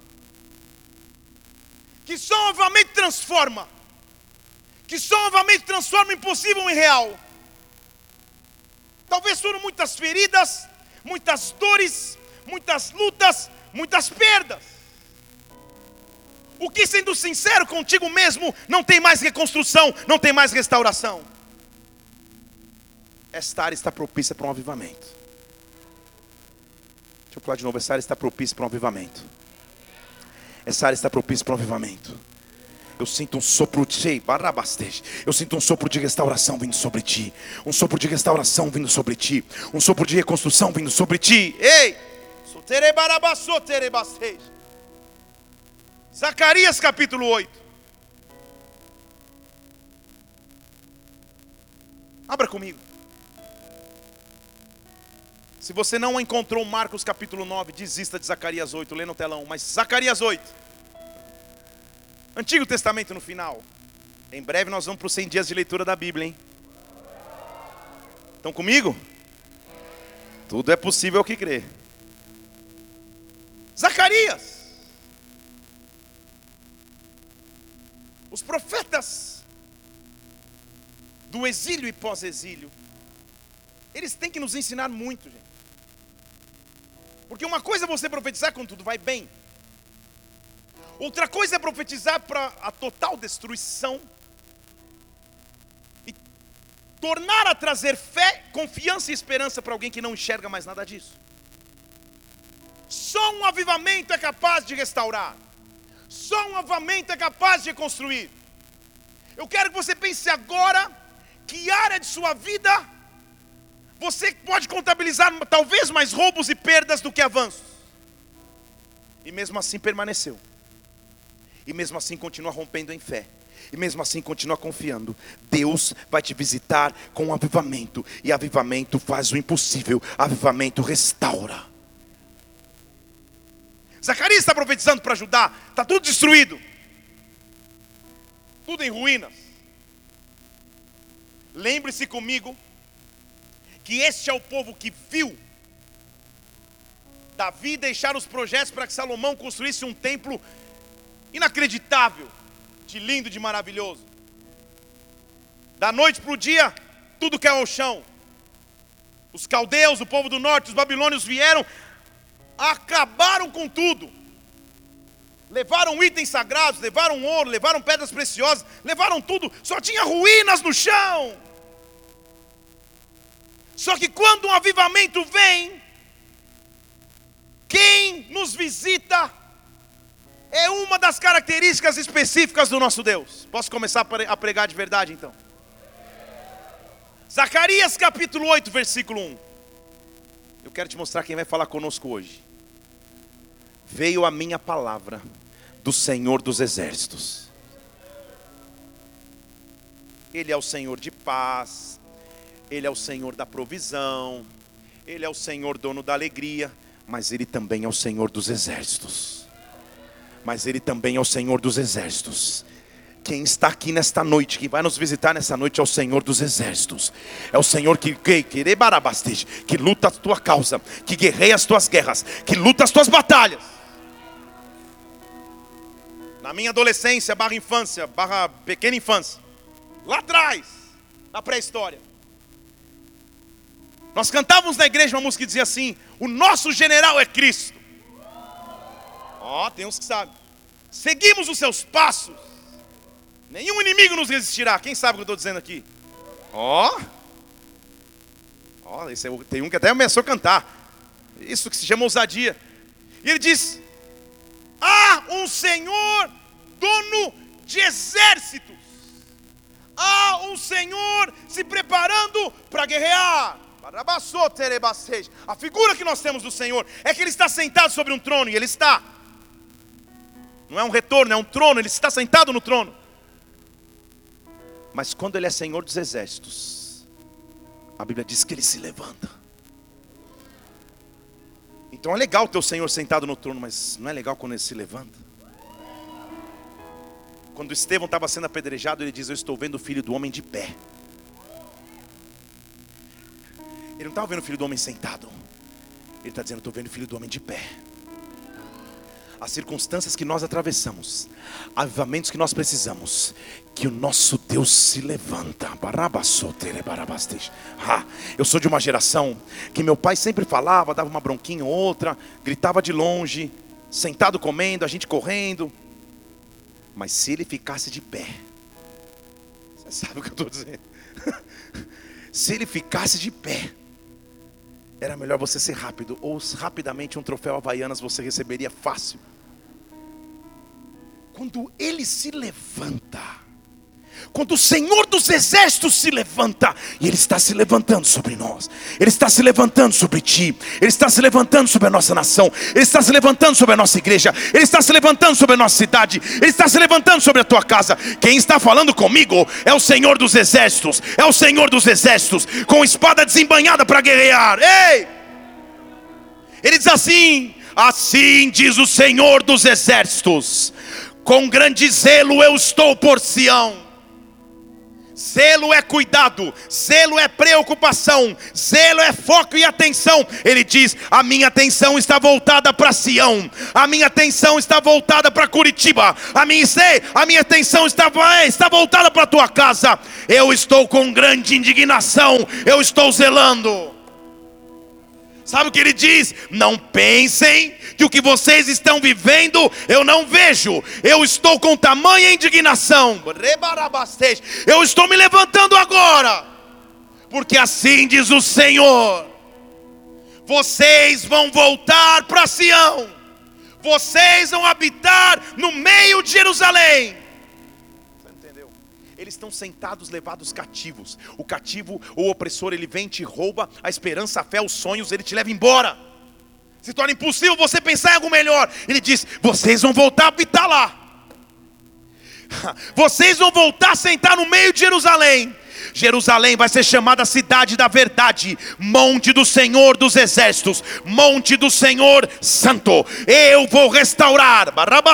que só um avivamento transforma, que só um avivamento transforma o impossível em real? Talvez foram muitas feridas, muitas dores, muitas lutas, muitas perdas. O que, sendo sincero contigo mesmo, não tem mais reconstrução, não tem mais restauração. Esta área está propícia para um avivamento. Deixa eu falar de novo. Essa área está propícia para um avivamento. Essa área está propícia para um avivamento. Eu sinto um sopro de Barabastej. Eu sinto um sopro de restauração vindo sobre ti. Um sopro de restauração vindo sobre ti. Um sopro de reconstrução vindo sobre ti. Ei! Zacarias capítulo oito. Abra comigo. Se você não encontrou Marcos capítulo nove, desista de Zacarias oito, lê no telão. Mas Zacarias oito, Antigo Testamento no final. Em breve nós vamos para os cem dias de leitura da Bíblia, hein? Estão comigo? Tudo é possível ao que crê. Zacarias. Os profetas do exílio e pós-exílio, eles têm que nos ensinar muito, gente. Porque uma coisa é você profetizar quando tudo vai bem. Outra coisa é profetizar para a total destruição e tornar a trazer fé, confiança e esperança para alguém que não enxerga mais nada disso. Só um avivamento é capaz de restaurar. Só um avivamento é capaz de reconstruir. Eu quero que você pense agora, que área de sua vida você pode contabilizar talvez mais roubos e perdas do que avanços. E mesmo assim permaneceu. E mesmo assim continua rompendo em fé. E mesmo assim continua confiando. Deus vai te visitar com avivamento. E avivamento faz o impossível. Avivamento restaura. Zacarias está profetizando para Judá. Está tudo destruído. Tudo em ruínas. Lembre-se comigo que este é o povo que viu Davi deixar os projetos para que Salomão construísse um templo inacreditável, de lindo, de maravilhoso. Da noite para o dia, tudo caiu ao chão. Os caldeus, o povo do norte, os babilônios vieram, acabaram com tudo. Levaram itens sagrados, levaram ouro, levaram pedras preciosas, levaram tudo, só tinha ruínas no chão. Só que quando um avivamento vem, quem nos visita é uma das características específicas do nosso Deus. Posso começar a pregar de verdade então? Zacarias capítulo oito, versículo um. Eu quero te mostrar quem vai falar conosco hoje. Veio a minha palavra do Senhor dos Exércitos. Ele é o Senhor de paz. Ele é o Senhor da provisão. Ele é o Senhor dono da alegria. Mas Ele também é o Senhor dos Exércitos. Mas Ele também é o Senhor dos Exércitos. Quem está aqui nesta noite, que vai nos visitar nessa noite, é o Senhor dos Exércitos. É o Senhor que, que, que, que luta a tua causa, que guerreia as tuas guerras, que luta as tuas batalhas. Na minha adolescência, barra infância, barra pequena infância, lá atrás, na pré-história, nós cantávamos na igreja uma música que dizia assim: o nosso general é Cristo. Ó, oh, tem uns que sabem. Seguimos os seus passos, nenhum inimigo nos resistirá. Quem sabe o que eu estou dizendo aqui? Ó, oh. Ó, oh, tem um que até começou a cantar. Isso que se chama ousadia. E ele diz: há um Senhor dono de exércitos. Há um Senhor se preparando para guerrear. A figura que nós temos do Senhor é que Ele está sentado sobre um trono. E Ele está. Não é um retorno, é um trono. Ele está sentado no trono. Mas quando Ele é Senhor dos exércitos, a Bíblia diz que Ele se levanta. Então é legal ter o Senhor sentado no trono, mas não é legal quando Ele se levanta. Quando Estevão estava sendo apedrejado, ele diz: eu estou vendo o Filho do Homem de pé. Ele não estava vendo o Filho do Homem sentado. Ele está dizendo: estou vendo o Filho do Homem de pé. As circunstâncias que nós atravessamos, avivamentos que nós precisamos, que o nosso Deus se levanta. Ah, eu sou de uma geração que meu pai sempre falava, dava uma bronquinha ou outra, gritava de longe, sentado comendo, a gente correndo. Mas se ele ficasse de pé, você sabe o que eu estou dizendo? Se ele ficasse de pé, era melhor você ser rápido, ou rapidamente um troféu Havaianas você receberia fácil. Quando Ele se levanta, quando o Senhor dos Exércitos se levanta, e Ele está se levantando sobre nós, Ele está se levantando sobre ti, Ele está se levantando sobre a nossa nação, Ele está se levantando sobre a nossa igreja, Ele está se levantando sobre a nossa cidade, Ele está se levantando sobre a tua casa. Quem está falando comigo é o Senhor dos Exércitos, é o Senhor dos Exércitos, com espada desembainhada para guerrear. Ei! Ele diz assim: assim diz o Senhor dos Exércitos, com grande zelo eu estou por Sião. Zelo é cuidado, zelo é preocupação, zelo é foco e atenção. Ele diz: a minha atenção está voltada para Sião, a minha atenção está voltada para Curitiba, a minha, a minha atenção está, está voltada para a tua casa. Eu estou com grande indignação, eu estou zelando. Sabe o que ele diz? Não pensem que o que vocês estão vivendo eu não vejo. Eu estou com tamanha indignação. Eu estou me levantando agora, porque assim diz o Senhor: vocês vão voltar para Sião, vocês vão habitar no meio de Jerusalém. Você entendeu? eles estão sentados, levados cativos. O cativo, o opressor, ele vem, te rouba a esperança, a fé, os sonhos, ele te leva embora. Se torna impossível você pensar em algo melhor. Ele diz, vocês vão voltar a habitar lá. Vocês vão voltar a sentar no meio de Jerusalém. Jerusalém vai ser chamada cidade da verdade, monte do Senhor dos exércitos, monte do Senhor santo. Eu vou restaurar.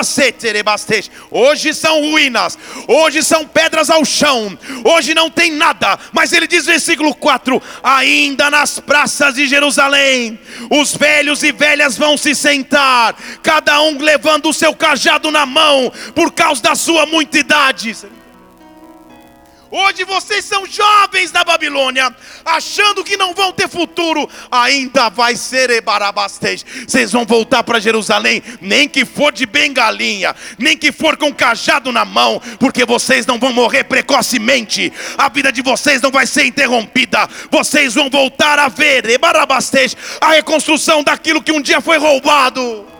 Hoje são ruínas, hoje são pedras ao chão, hoje não tem nada. Mas ele diz, versículo quatro: ainda nas praças de Jerusalém, os velhos e velhas vão se sentar, cada um levando o seu cajado na mão, por causa da sua muita idade. Hoje vocês são jovens na Babilônia, achando que não vão ter futuro. Ainda vai ser Ebarabastej. Vocês vão voltar para Jerusalém, nem que for de bengalinha, nem que for com cajado na mão, porque vocês não vão morrer precocemente. A vida de vocês não vai ser interrompida. Vocês vão voltar a ver Ebarabastej, a reconstrução daquilo que um dia foi roubado.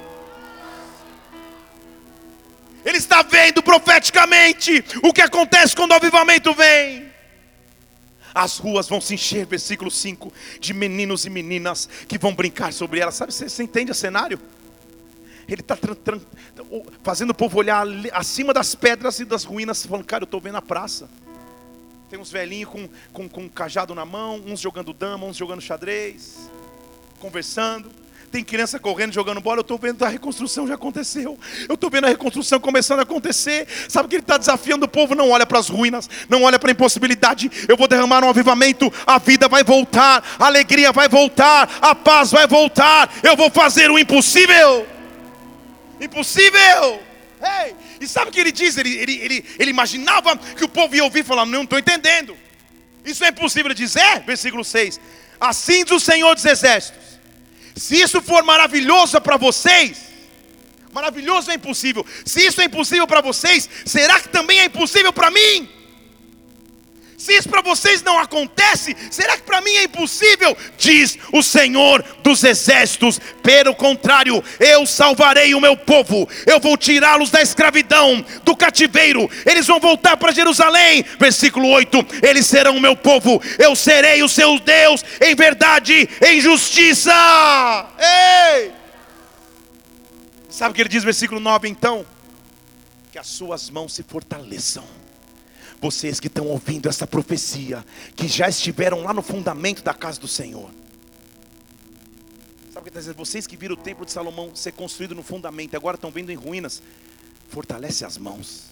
Ele está vendo profeticamente o que acontece quando o avivamento vem. As ruas vão se encher, versículo cinco, de meninos e meninas que vão brincar sobre elas. Sabe, você, você entende o cenário? Ele está fazendo o povo olhar acima das pedras e das ruínas, falando, cara, eu estou vendo a praça. Tem uns velhinhos com, com, com um cajado na mão, uns jogando dama, uns jogando xadrez, conversando. Tem criança correndo, jogando bola. Eu estou vendo a reconstrução já aconteceu. Eu estou vendo a reconstrução começando a acontecer. Sabe que ele está desafiando o povo? Não olha para as ruínas, não olha para a impossibilidade. Eu vou derramar um avivamento. A vida vai voltar, a alegria vai voltar, a paz vai voltar. Eu vou fazer o impossível. Impossível. Hey. E sabe o que ele diz? Ele, ele, ele, ele imaginava que o povo ia ouvir e falar, não estou entendendo. Isso é impossível de dizer? Versículo seis. Assim diz o Senhor dos exércitos: se isso for maravilhoso para vocês, maravilhoso é impossível. Se isso é impossível para vocês, será que também é impossível para mim? Se isso para vocês não acontece, será que para mim é impossível? Diz o Senhor dos exércitos. Pelo contrário, eu salvarei o meu povo. Eu vou tirá-los da escravidão, do cativeiro. Eles vão voltar para Jerusalém. Versículo oito: eles serão o meu povo. Eu serei o seu Deus em verdade, em justiça. Ei! Sabe o que ele diz, versículo nove então? Que as suas mãos se fortaleçam. Vocês que estão ouvindo essa profecia, que já estiveram lá no fundamento da casa do Senhor. Sabe o que está dizendo? Vocês que viram o templo de Salomão ser construído no fundamento, agora estão vendo em ruínas. Fortalece as mãos.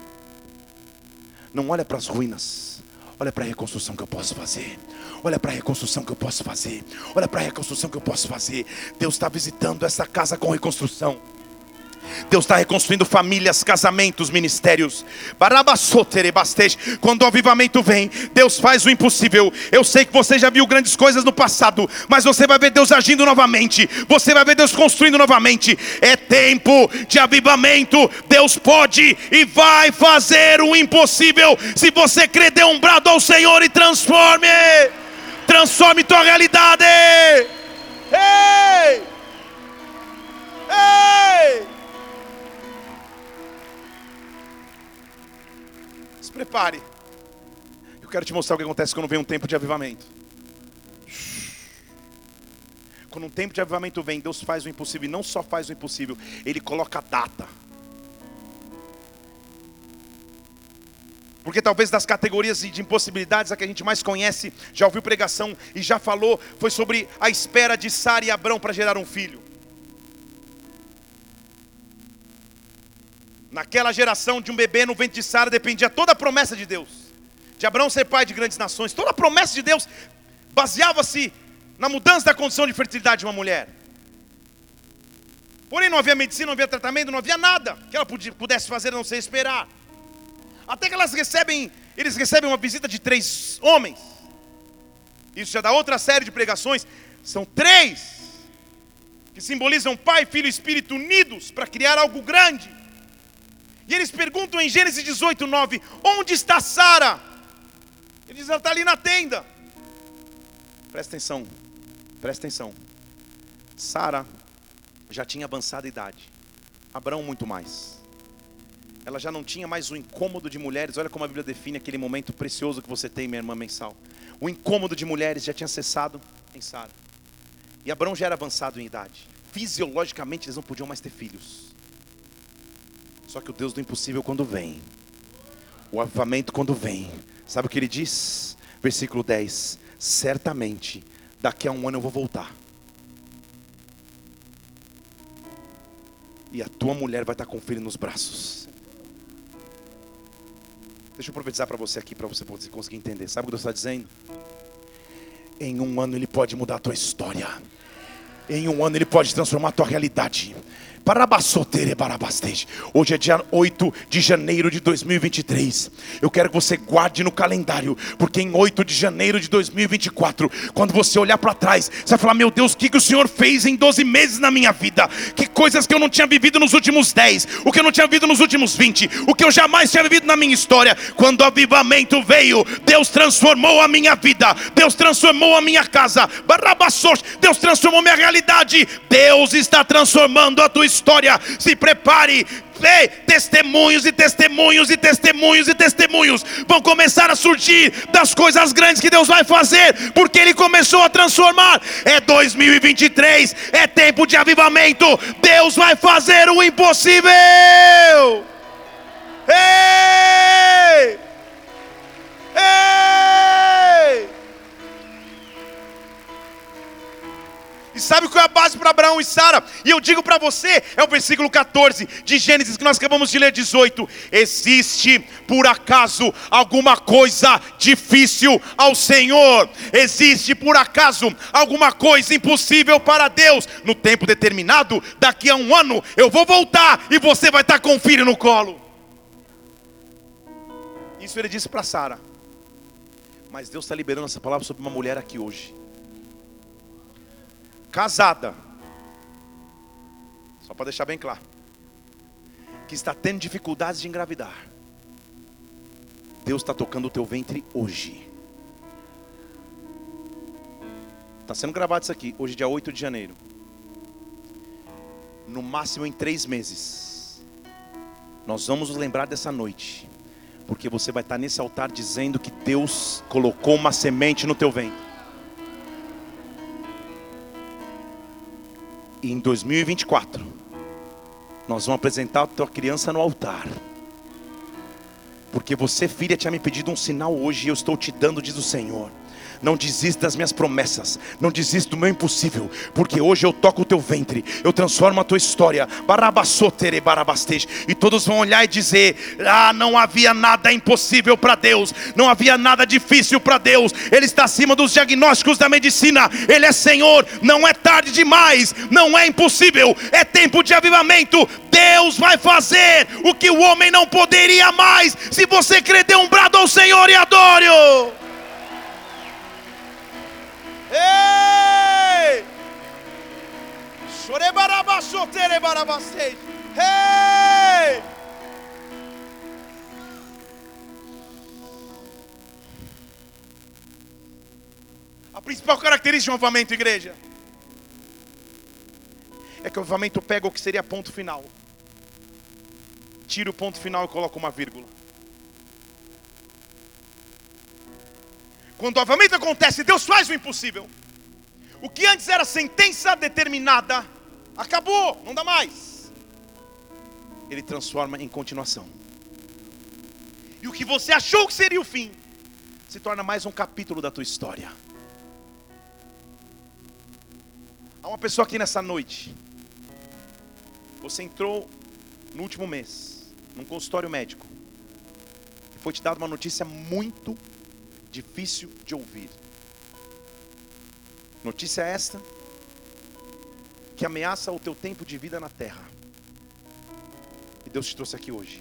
Não olha para as ruínas, olha para a reconstrução que eu posso fazer. Olha para a reconstrução que eu posso fazer. Olha para a reconstrução que eu posso fazer. Deus está visitando essa casa com reconstrução. Deus está reconstruindo famílias, casamentos, ministérios. Quando o avivamento vem, Deus faz o impossível. Eu sei que você já viu grandes coisas no passado, mas você vai ver Deus agindo novamente. Você vai ver Deus construindo novamente. É tempo de avivamento. Deus pode e vai fazer o impossível. Se você crer, dê um brado ao Senhor e transforme. Transforme tua realidade. Ei! Ei! Prepare. Eu quero te mostrar o que acontece quando vem um tempo de avivamento. Quando um tempo de avivamento vem, Deus faz o impossível. E não só faz o impossível, Ele coloca a data. Porque talvez das categorias de impossibilidades, a que a gente mais conhece, já ouviu pregação e já falou, foi sobre a espera de Sara e Abrão para gerar um filho. Naquela geração de um bebê no ventre de Sara dependia toda a promessa de Deus. De Abraão ser pai de grandes nações. Toda a promessa de Deus baseava-se na mudança da condição de fertilidade de uma mulher. Porém não havia medicina, não havia tratamento, não havia nada que ela pudesse fazer a não ser esperar. Até que elas recebem, eles recebem uma visita de três homens. Isso já dá outra série de pregações. São três que simbolizam Pai, Filho e Espírito unidos para criar algo grande. E eles perguntam em Gênesis dezoito, nove: onde está Sara? Ele diz, ela está ali na tenda. Presta atenção, presta atenção. Sara já tinha avançada idade, Abraão muito mais. ela já não tinha mais o incômodo de mulheres. Olha como a Bíblia define aquele momento precioso que você tem, minha irmã mensal. O incômodo de mulheres já tinha cessado em Sara. E Abraão já era avançado em idade. Fisiologicamente eles não podiam mais ter filhos. Só que o Deus do impossível quando vem, o avivamento quando vem, sabe o que ele diz? Versículo dez: certamente daqui a um ano eu vou voltar, e a tua mulher vai estar com o filho nos braços. Deixa eu profetizar para você aqui, para você conseguir entender. Sabe o que Deus está dizendo? Em um ano Ele pode mudar a tua história. Em um ano Ele pode transformar a tua realidade. Hoje é dia oito de janeiro de dois mil e vinte e três. Eu quero que você guarde no calendário, porque em oito de janeiro de dois mil e vinte e quatro, quando você olhar para trás, você vai falar: meu Deus, o que, que o Senhor fez em doze meses na minha vida? Que coisas que eu não tinha vivido nos últimos dez, o que eu não tinha vivido nos últimos vinte, o que eu jamais tinha vivido na minha história. Quando o avivamento veio, Deus transformou a minha vida, Deus transformou a minha casa, Deus transformou a minha realidade. Deus está transformando a tua história. História, se prepare. Vê, testemunhos e testemunhos e testemunhos e testemunhos vão começar a surgir das coisas grandes que Deus vai fazer, porque Ele começou a transformar. É dois mil e vinte e três, é tempo de avivamento. Deus vai fazer o impossível. Ei! Ei! E sabe qual é a base para Abraão e Sara? E eu digo para você, é o versículo catorze de Gênesis que nós acabamos de ler, dezoito. Existe por acaso alguma coisa difícil ao Senhor? Existe por acaso alguma coisa impossível para Deus? No tempo determinado, daqui a um ano eu vou voltar e você vai estar com o filho no colo. Isso ele disse para Sara. Mas Deus está liberando essa palavra sobre uma mulher aqui hoje, casada, só para deixar bem claro, que está tendo dificuldades de engravidar. Deus está tocando o teu ventre hoje. Está sendo gravado isso aqui, hoje dia oito de janeiro. No máximo em três meses, nós vamos nos lembrar dessa noite, porque você vai estar nesse altar dizendo que Deus colocou uma semente no teu ventre. E em dois mil e vinte e quatro, nós vamos apresentar a tua criança no altar. Porque você, filha, tinha me pedido um sinal hoje, e eu estou te dando, diz o Senhor. Não desista das minhas promessas, não desista do meu impossível, porque hoje eu toco o teu ventre, eu transformo a tua história. E todos vão olhar e dizer: ah, não havia nada impossível para Deus, não havia nada difícil para Deus. Ele está acima dos diagnósticos da medicina, Ele é Senhor. Não é tarde demais, não é impossível, é tempo de avivamento. Deus vai fazer o que o homem não poderia mais. Se você crer, dê um brado ao Senhor e adore-o. Ei! Ei! A principal característica de um avivamento, igreja, é que o avivamento pega o que seria ponto final, tira o ponto final e coloca uma vírgula. Quando o avivamento acontece, Deus faz o impossível. O que antes era sentença determinada, acabou, não dá mais. Ele transforma em continuação. E o que você achou que seria o fim, se torna mais um capítulo da tua história. Há uma pessoa aqui nessa noite. Você entrou no último mês num consultório médico e foi te dada uma notícia muito difícil de ouvir. Notícia esta que ameaça o teu tempo de vida na terra. E Deus te trouxe aqui hoje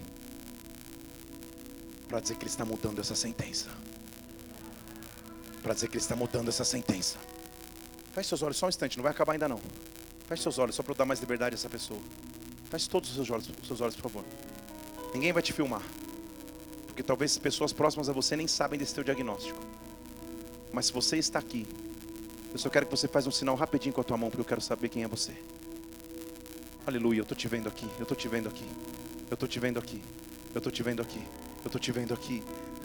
para dizer que Ele está mudando essa sentença. Para dizer que Ele está mudando essa sentença. Feche seus olhos só um instante, não vai acabar ainda não. Feche seus olhos só para eu dar mais liberdade a essa pessoa. Feche todos os seus olhos, os seus olhos, por favor. Ninguém vai te filmar, porque talvez pessoas próximas a você nem sabem desse teu diagnóstico. Mas se você está aqui, eu só quero que você faça um sinal rapidinho com a tua mão, porque eu quero saber quem é você. Aleluia, eu estou te vendo aqui, eu estou te vendo aqui, eu estou te vendo aqui. Eu estou te vendo aqui. Eu estou te vendo aqui.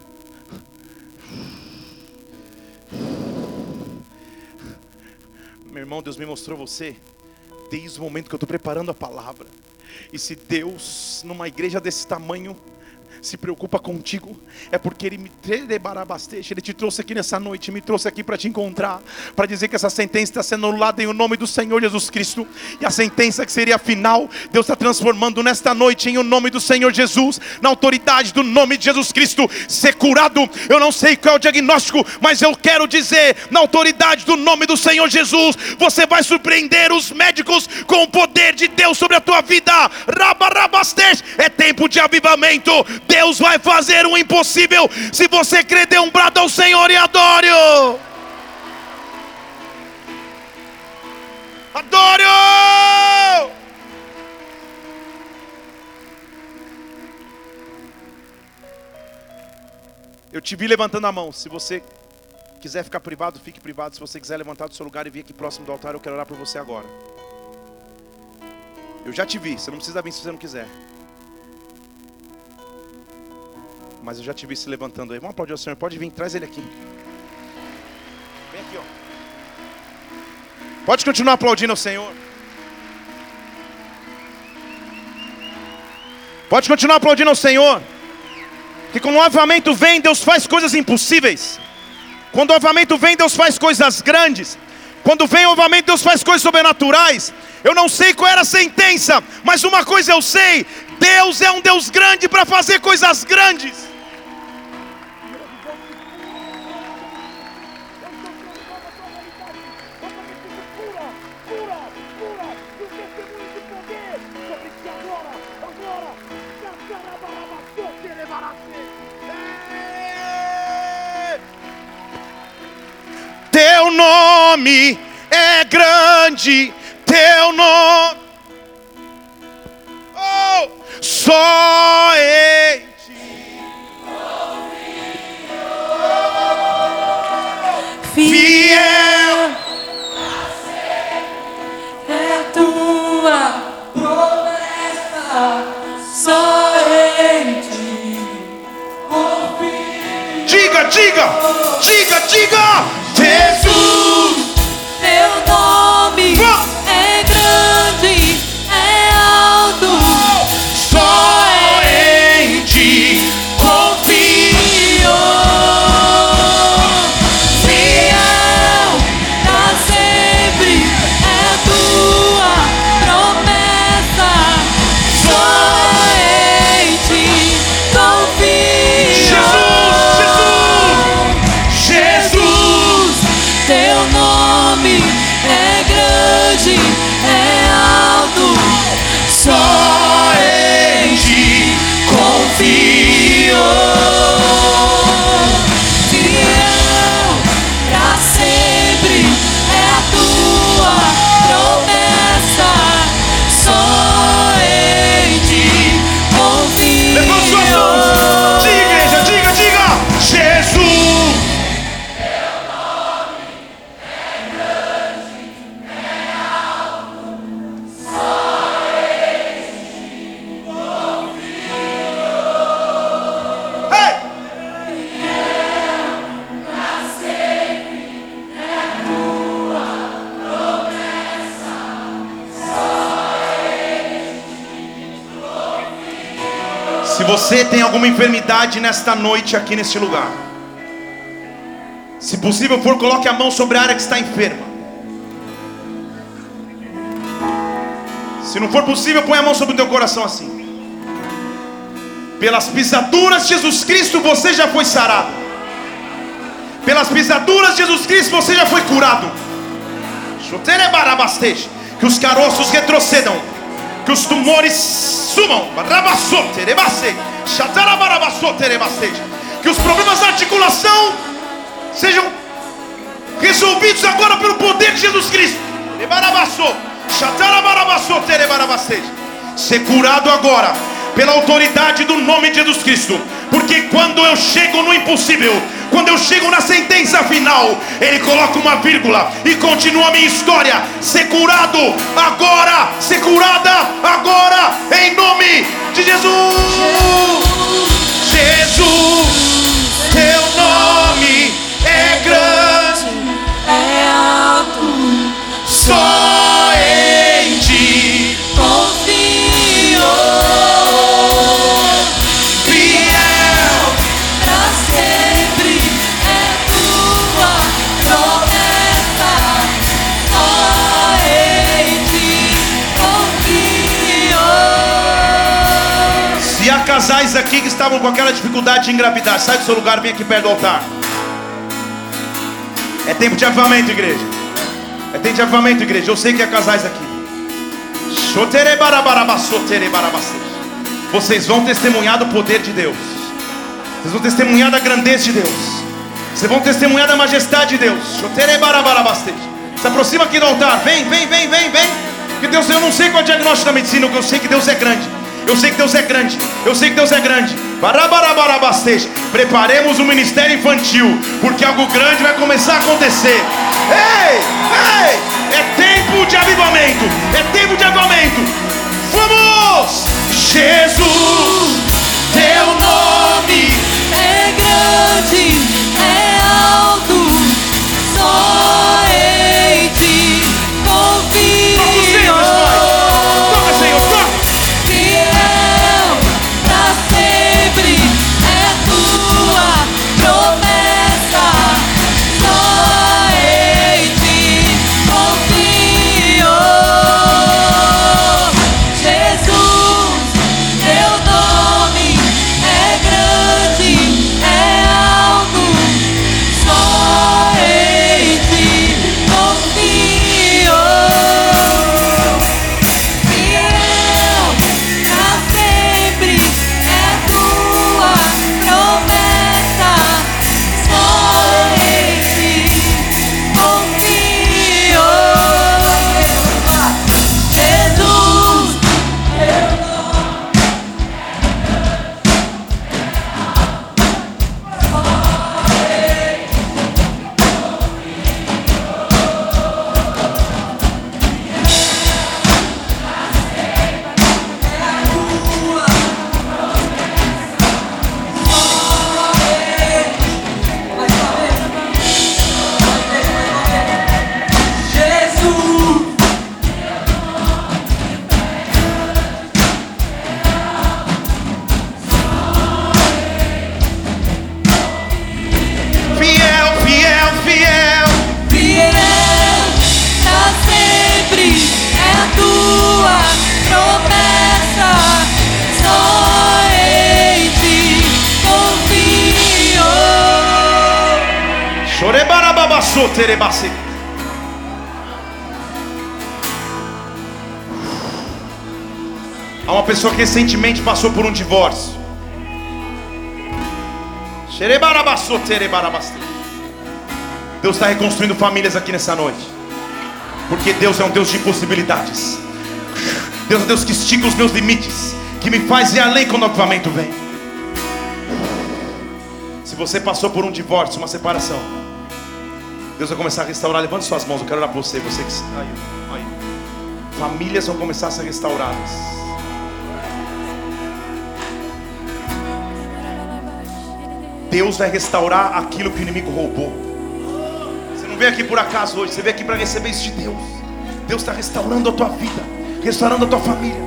Meu irmão, Deus me mostrou você desde o momento que eu estou preparando a palavra. E se Deus, numa igreja desse tamanho, se preocupa contigo, é porque Ele me Ele te trouxe aqui nessa noite, me trouxe aqui para te encontrar, para dizer que essa sentença está sendo anulada em o nome do Senhor Jesus Cristo. E a sentença que seria final, Deus está transformando nesta noite em o nome do Senhor Jesus, na autoridade do nome de Jesus Cristo. Ser curado, eu não sei qual é o diagnóstico, mas eu quero dizer, na autoridade do nome do Senhor Jesus, você vai surpreender os médicos com o poder de Deus sobre a tua vida. É tempo de avivamento. Deus vai fazer o impossível. Se você crer, dê um brado ao Senhor e adore-o. Adore-o. Eu te vi levantando a mão. Se você quiser ficar privado, fique privado. Se você quiser levantar do seu lugar e vir aqui próximo do altar, eu quero orar por você agora. Eu já te vi. Você não precisa vir se você não quiser. Mas eu já te vi se levantando aí. Vamos aplaudir o Senhor. Pode vir, traz ele aqui. Vem aqui, ó. Pode continuar aplaudindo o Senhor. Pode continuar aplaudindo o Senhor. Que quando o avivamento vem, Deus faz coisas impossíveis. Quando o avivamento vem, Deus faz coisas grandes. Quando vem o avivamento, Deus faz coisas sobrenaturais. Eu não sei qual era a sentença, mas uma coisa eu sei: Deus é um Deus grande para fazer coisas grandes. Teu nome é grande, teu nome, oh, só em ti, fiel é tua promessa, só em ti confio. Diga, diga, diga, diga. Jesus, teu nome oh. é grande, é alto, oh. só em ti confio. Fiel pra sempre é tua promessa, só em ti confio. Jesus, Jesus, Jesus. Teu nome é grande, é alto, só em ti confio. Fiel pra sempre é a tua promessa, só em ti confio. Levanta suas mãos, diga, igreja, diga, diga. Jesus. Se você tem alguma enfermidade nesta noite aqui neste lugar, se possível for, coloque a mão sobre a área que está enferma. Se não for possível, põe a mão sobre o teu coração assim. Pelas pisaduras de Jesus Cristo você já foi sarado. Pelas pisaduras de Jesus Cristo você já foi curado. Que os caroços retrocedam, que os tumores sumam, que os problemas da articulação sejam resolvidos agora pelo poder de Jesus Cristo. Ser curado agora pela autoridade do nome de Jesus Cristo, porque quando eu chego no impossível, Quando eu chego na sentença final, Ele coloca uma vírgula e continua a minha história. Ser curado agora, ser curada agora, em nome de Jesus. Jesus, teu nome é grande, é alto, só em ti confio, fiel. pra sempre é tua promessa, só em ti confio. Se há casais aqui que estavam com aquela dificuldade de engravidar, sai do seu lugar, vem aqui perto do altar. É tempo de avivamento, igreja. É tempo de avivamento, igreja. Eu sei que há casais aqui. Vocês vão testemunhar do poder de Deus. Vocês vão testemunhar da grandeza de Deus. Vocês vão testemunhar da majestade de Deus. Se aproxima aqui do altar. Vem, vem, vem, vem, vem. Que Deus, eu não sei qual é o diagnóstico da medicina. O que eu sei é que Deus é grande. Eu sei que Deus é grande. Eu sei que Deus é grande. Preparemos o ministério infantil, porque algo grande vai começar a acontecer. Ei, ei, é tempo de avivamento. É tempo de avivamento. Vamos! Jesus, teu nome É grande, é alto, só em ti confio. Toca os dedos, Pai. Toca, Senhor, toca. Fiel pra sempre é tua promessa, só em ti confio. Jesus, teu nome é grande, é alto, só em ti confio. Fiel pra sempre é tua promessa, só em ti confio. Jesus, Fiel, fiel, fiel. fiel pra sempre é a tua promessa, só em ti confio. Chorebarababaçoterebase. Há uma pessoa que recentemente passou por um divórcio. Xerebarabaçoterebarabaste. Deus está reconstruindo famílias aqui nessa noite, porque Deus é um Deus de impossibilidades. Deus é um Deus que estica os meus limites, que me faz ir além quando o avivamento vem. Se você passou por um divórcio, uma separação, Deus vai começar a restaurar. Levante suas mãos, eu quero orar por você. Você que... aí, aí. Famílias vão começar a ser restauradas. Deus vai restaurar aquilo que o inimigo roubou. Você não veio aqui por acaso hoje, você veio aqui para receber isso de Deus. Deus está restaurando a tua vida, restaurando a tua família.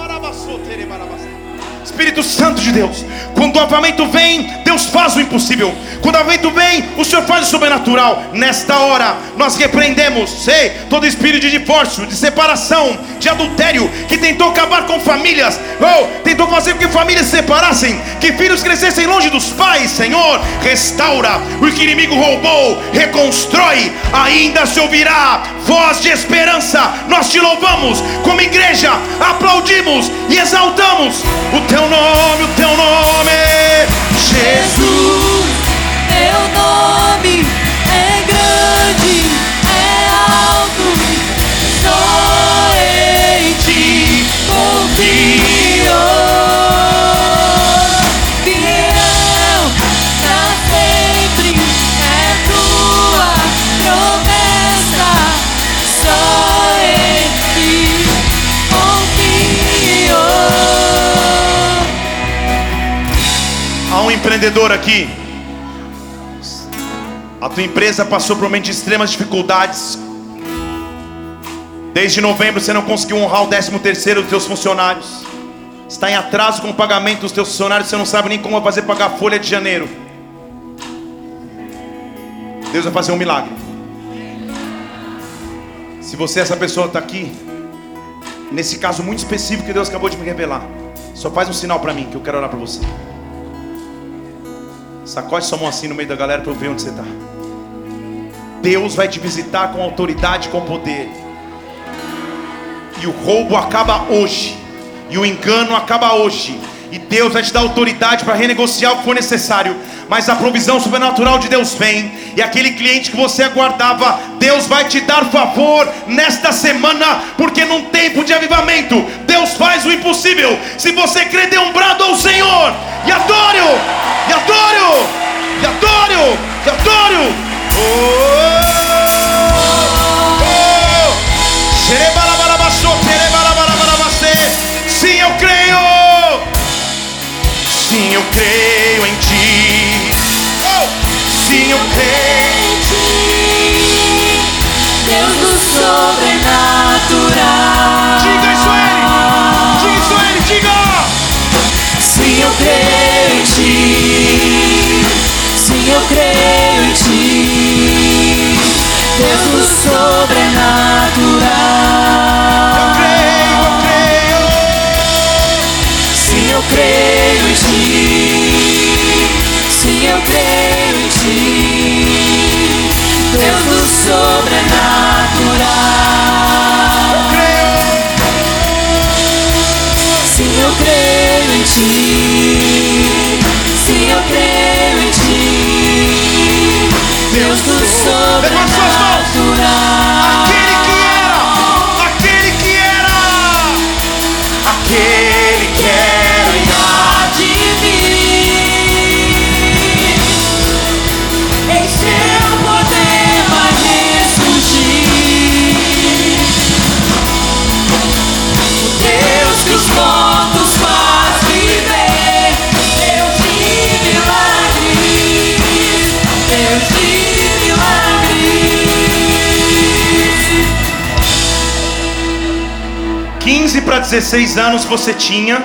Espírito Santo de Deus, quando o avivamento vem, Deus faz o impossível. Quando o avivamento vem, o Senhor faz o sobrenatural. Nesta hora, nós repreendemos, sei, todo espírito de divórcio, de separação, de adultério, que tentou acabar com famílias, ou tentou fazer com que famílias se separassem, que filhos crescessem longe dos pais. Senhor, restaura o que o inimigo roubou, reconstrói. Ainda se ouvirá voz de esperança. Nós te louvamos como igreja, aplaudimos e exaltamos o teu nome, o teu nome, Jesus. Teu nome é grande, é alto, só em ti confio. Fiel pra sempre empreendedor aqui. A tua empresa passou por um momento de extremas dificuldades. Desde novembro você não conseguiu honrar o décimo terceiro dos teus funcionários. Está em atraso com o pagamento dos teus funcionários. Você não sabe nem como vai fazer pagar a folha de janeiro. Deus vai fazer um milagre. Se você, essa pessoa, está aqui, nesse caso muito específico que Deus acabou de me revelar, só faz um sinal para mim que eu quero orar para você. Sacode sua mão assim no meio da galera para eu ver onde você está. Deus vai te visitar com autoridade, com poder. E o roubo acaba hoje. E o engano acaba hoje. E Deus vai te dar autoridade para renegociar o que for necessário. Mas a provisão sobrenatural de Deus vem. E aquele cliente que você aguardava, Deus vai te dar favor nesta semana. Porque num tempo de avivamento, Deus faz o impossível. Se você crê, dê um brado ao Senhor. E adore-o, e adore-o, e adore-o, e adore-o. Oh, sim, eu creio. Sim, eu creio em ti. Oh, sim, eu creio em ti. Deus do sobrenatural. Diga isso a ele. Diga isso a ele, diga. Sim, eu creio em ti. Sim, eu creio em ti. Deus do sobrenatural. Eu creio, eu creio. Sim, eu creio em ti. Sim, eu creio em ti. Deus do sobrenatural. Eu creio. Sim, eu creio em ti. Sim, eu creio em ti. Deus do sobrenatural. Levante suas mãos. Aquele que era, aquele que era, aquele que era e há de vir. Em seu poder vai ressurgir. O Deus que os mortos faz viver. Deus de milagres. Deus de milagres. quinze para dezesseis anos você tinha,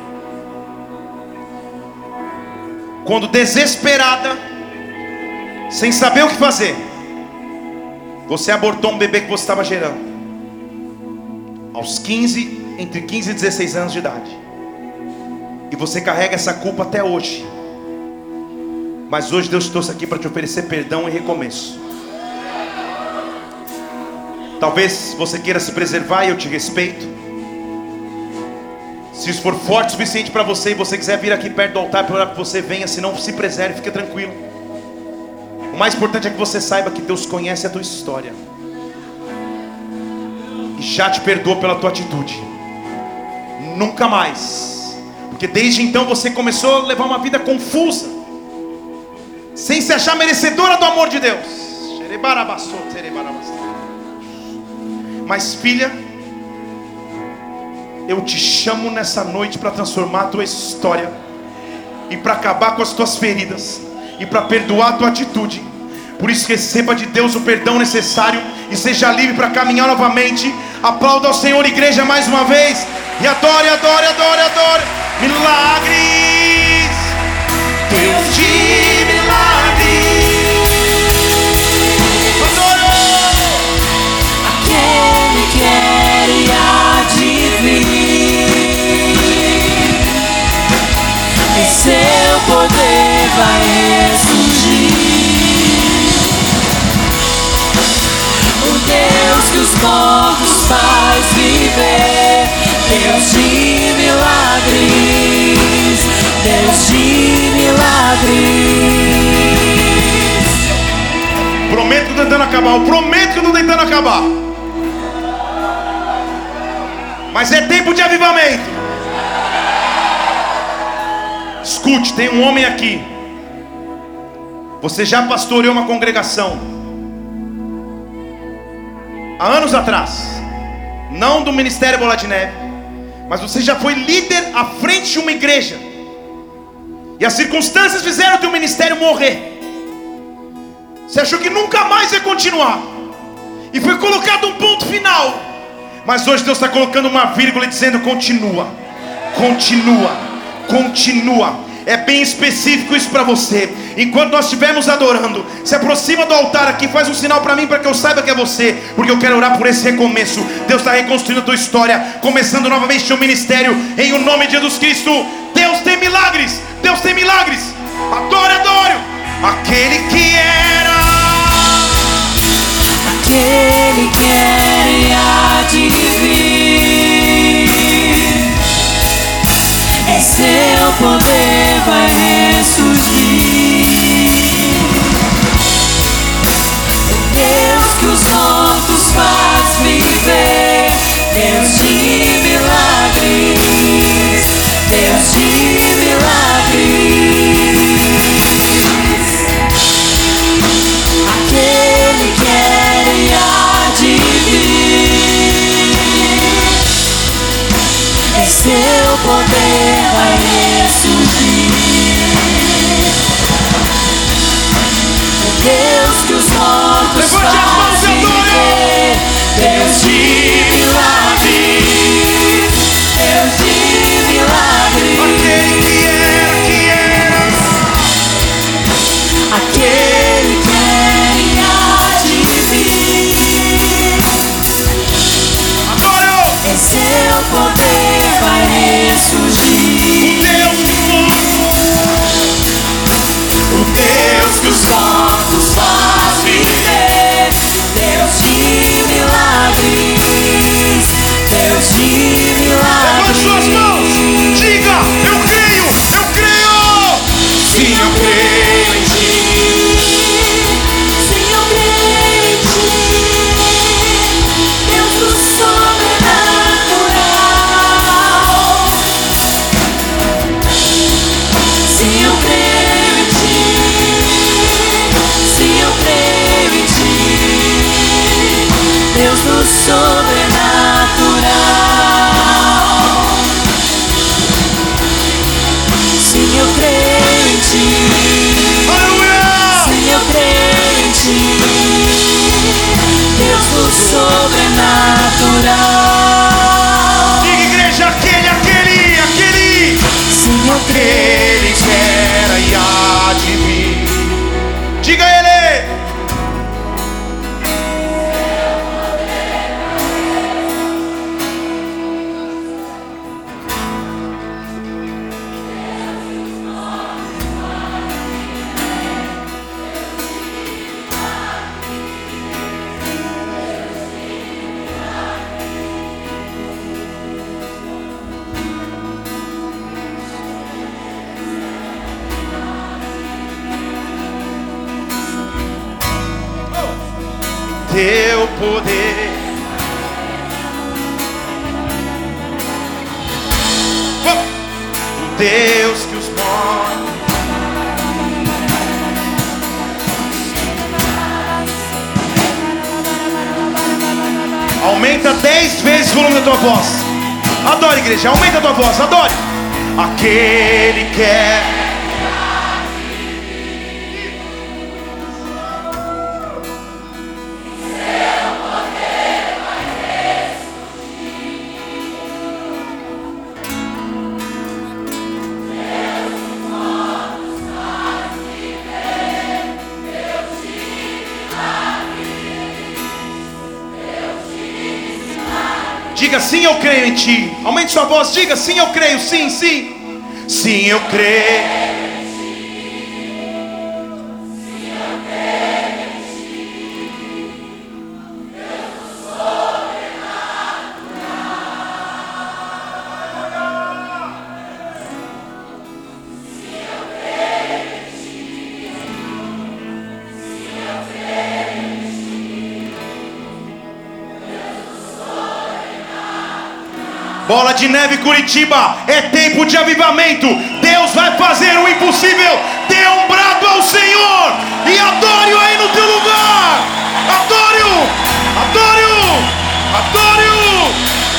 quando desesperada, sem saber o que fazer, você abortou um bebê que você estava gerando. Aos quinze, entre quinze e dezesseis anos de idade. E você carrega essa culpa até hoje. Mas hoje Deus te trouxe aqui para te oferecer perdão e recomeço. Talvez você queira se preservar e eu te respeito. Se isso for forte o suficiente para você e você quiser vir aqui perto do altar para orar por você, venha. Se não, se preserve, fica tranquilo. O mais importante é que você saiba que Deus conhece a tua história e já te perdoou pela tua atitude. Nunca mais. Porque desde então você começou a levar uma vida confusa, sem se achar merecedora do amor de Deus. Mas filha, eu te chamo nessa noite para transformar a tua história, e para acabar com as tuas feridas, e para perdoar a tua atitude. Por isso receba de Deus o perdão necessário e seja livre para caminhar novamente. Aplauda ao Senhor, igreja, mais uma vez. E adore, adore, adore, adore. Milagres, Deus de milagres. Adoro. Aquele que era e há de vir. Em seu poder vai ressurgir. O Deus que os mortos faz viver. Deus de milagres. Deus de milagres. Prometo que eu tô tentando acabar. Eu prometo que eu tô tentando acabar. Mas é tempo de avivamento. Escute, tem um homem aqui. Você já pastoreou uma congregação há anos atrás, não do Ministério Bola de Neve, mas você já foi líder à frente de uma igreja. E as circunstâncias fizeram o teu ministério morrer. Você achou que nunca mais ia continuar, e foi colocado um ponto final. Mas hoje Deus está colocando uma vírgula e dizendo: continua, continua, continua. É bem específico isso para você. Enquanto nós estivermos adorando, se aproxima do altar aqui, faz um sinal para mim, para que eu saiba que é você, porque eu quero orar por esse recomeço. Deus está reconstruindo a tua história, começando novamente teu ministério, em o nome de Jesus Cristo. Deus tem milagres, Deus tem milagres. Adore, adore aquele que era, aquele que era e há de vir. Em seu poder vai ressurgir. O Deus que os mortos faz viver. Deus de milagres, Deus de milagres. Aquele que era e há de vir. Em seu poder vai ressurgir. O Deus que os mortos faz viver. Deus de milagres, Deus de milagres. aquele que era, que era, aquele que era e há de vir. adore Em seu poder vai ressurgir. o Deus, O Deus que os mortos faz viver. Deus de milagres, Deus de levante suas mãos, milagres. diga: eu creio, eu creio. Sim, eu creio em ti. Sim, eu creio em ti. Deus do sobrenatural. Sim, eu creio em ti. Sim, eu creio em ti. Deus do sobrenatural. Sim, eu creio em ti. Aleluia. Sim, eu creio em ti. Deus do sobrenatural. Diga, igreja, aquele, aquele, aquele, Sim, eu creio ele em que ti. era e há de vir. Diga a ele. Teu poder, oh, o Deus que os mortos, aumenta dez vezes o volume da tua voz. Adore, igreja, aumenta a tua voz, adore. Aquele que é. Diga: sim, eu creio em ti. Aumente sua voz, diga: sim, eu creio, sim, sim. Sim, eu creio. Bola de Neve, Curitiba, é tempo de avivamento. Deus vai fazer o impossível. Dê um brado ao Senhor e adore-o aí no teu lugar. Adore-o, adore-o, adore-o,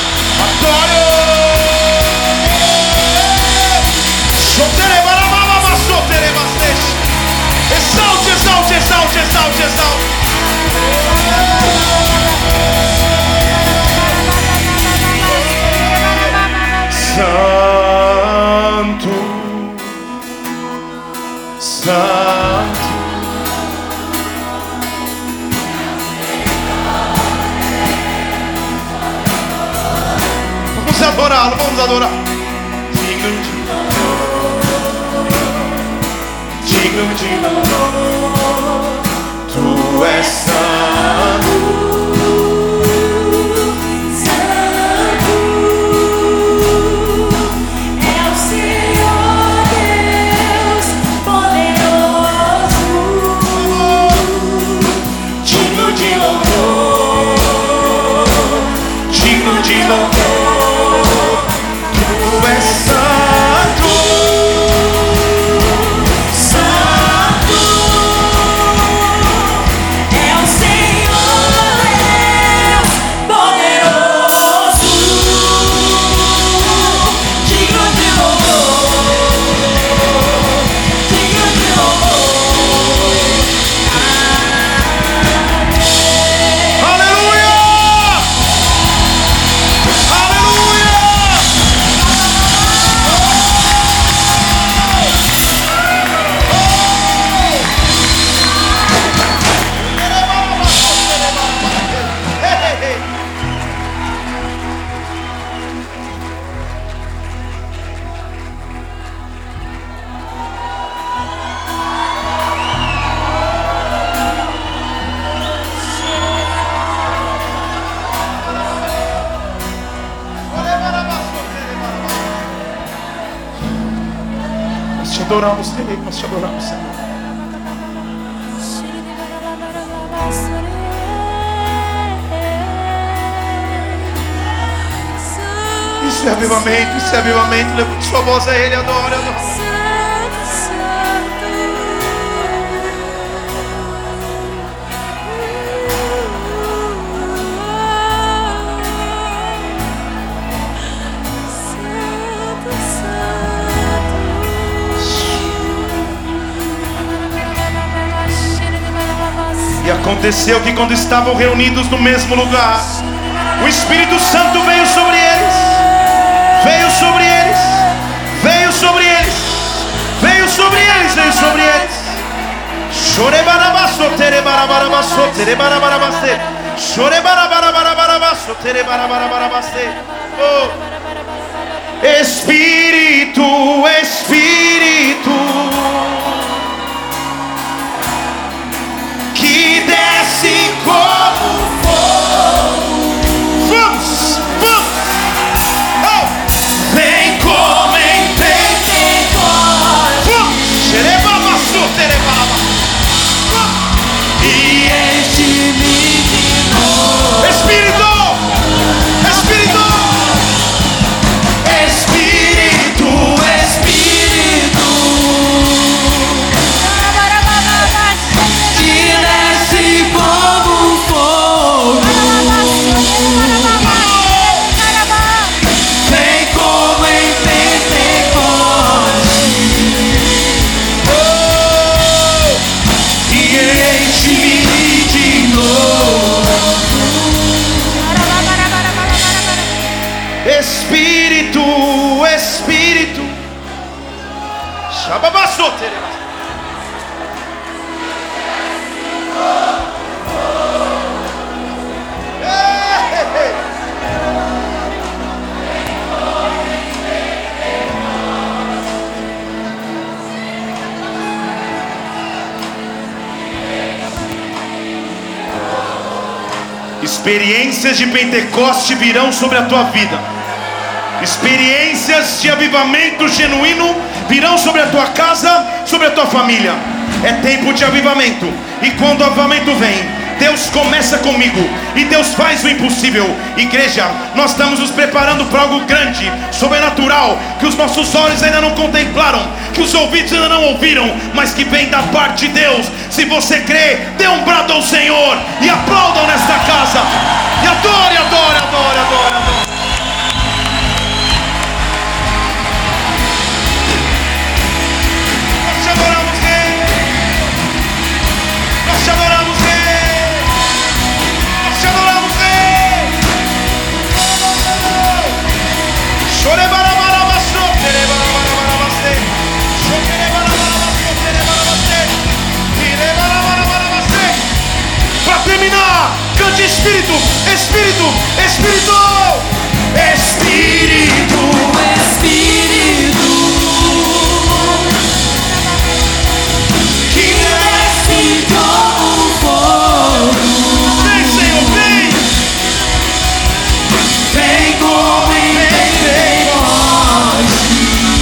adore-o. adorá-lo, vamos adorar. Digno de digno de louvor, tu és santo, santo é o Senhor Deus poderoso, digno de louvor, digno de louvor, tu és santo. Nós te adoramos, Rei, nós te adoramos, Senhor. Isso é avivamento, isso é avivamento. Levante sua voz a Ele, adora, adora. E aconteceu que quando estavam reunidos no mesmo lugar, o Espírito Santo veio sobre eles, veio sobre eles, veio sobre eles, veio sobre eles, veio sobre eles. Chorebarabasso, terebarabarabasso, terebarabarabasse, chorebarabarabarabasso, terebarabarabasse. Oh, Espírito, Espírito, que desce como fogo. Vamos, vamos. Oh. Vem como em Pentecostes. Vamos. Xerebabaçu, terebaba. E enche-me de novo. Espírito, Espírito, Espírito, Espírito. Espírito, Espírito, Shababaçotere. Experiências de Pentecoste virão sobre a tua vida. Experiências de avivamento genuíno virão sobre a tua casa, sobre a tua família. É tempo de avivamento. E quando o avivamento vem, Deus começa comigo e Deus faz o impossível. Igreja, nós estamos nos preparando para algo grande, sobrenatural, que os nossos olhos ainda não contemplaram, que os ouvidos ainda não ouviram, mas que vem da parte de Deus. Se você crê, dê um brado ao Senhor e aplaudam nesta casa. E adore, adore, adore, adore, adore. Nós te adoramos, Rei. Nós te adoramos, Rei. Nós te adoramos, Rei. Chorebarabarabasô, terebarabarabassê. Chorebarabarabasô, terebarabassê. Terebarabarabasê. Para terminar, cante Espírito, Espírito, Espírito. Espírito, Espírito que desce como fogo, vem, Senhor, vem. vem como em Pentecoste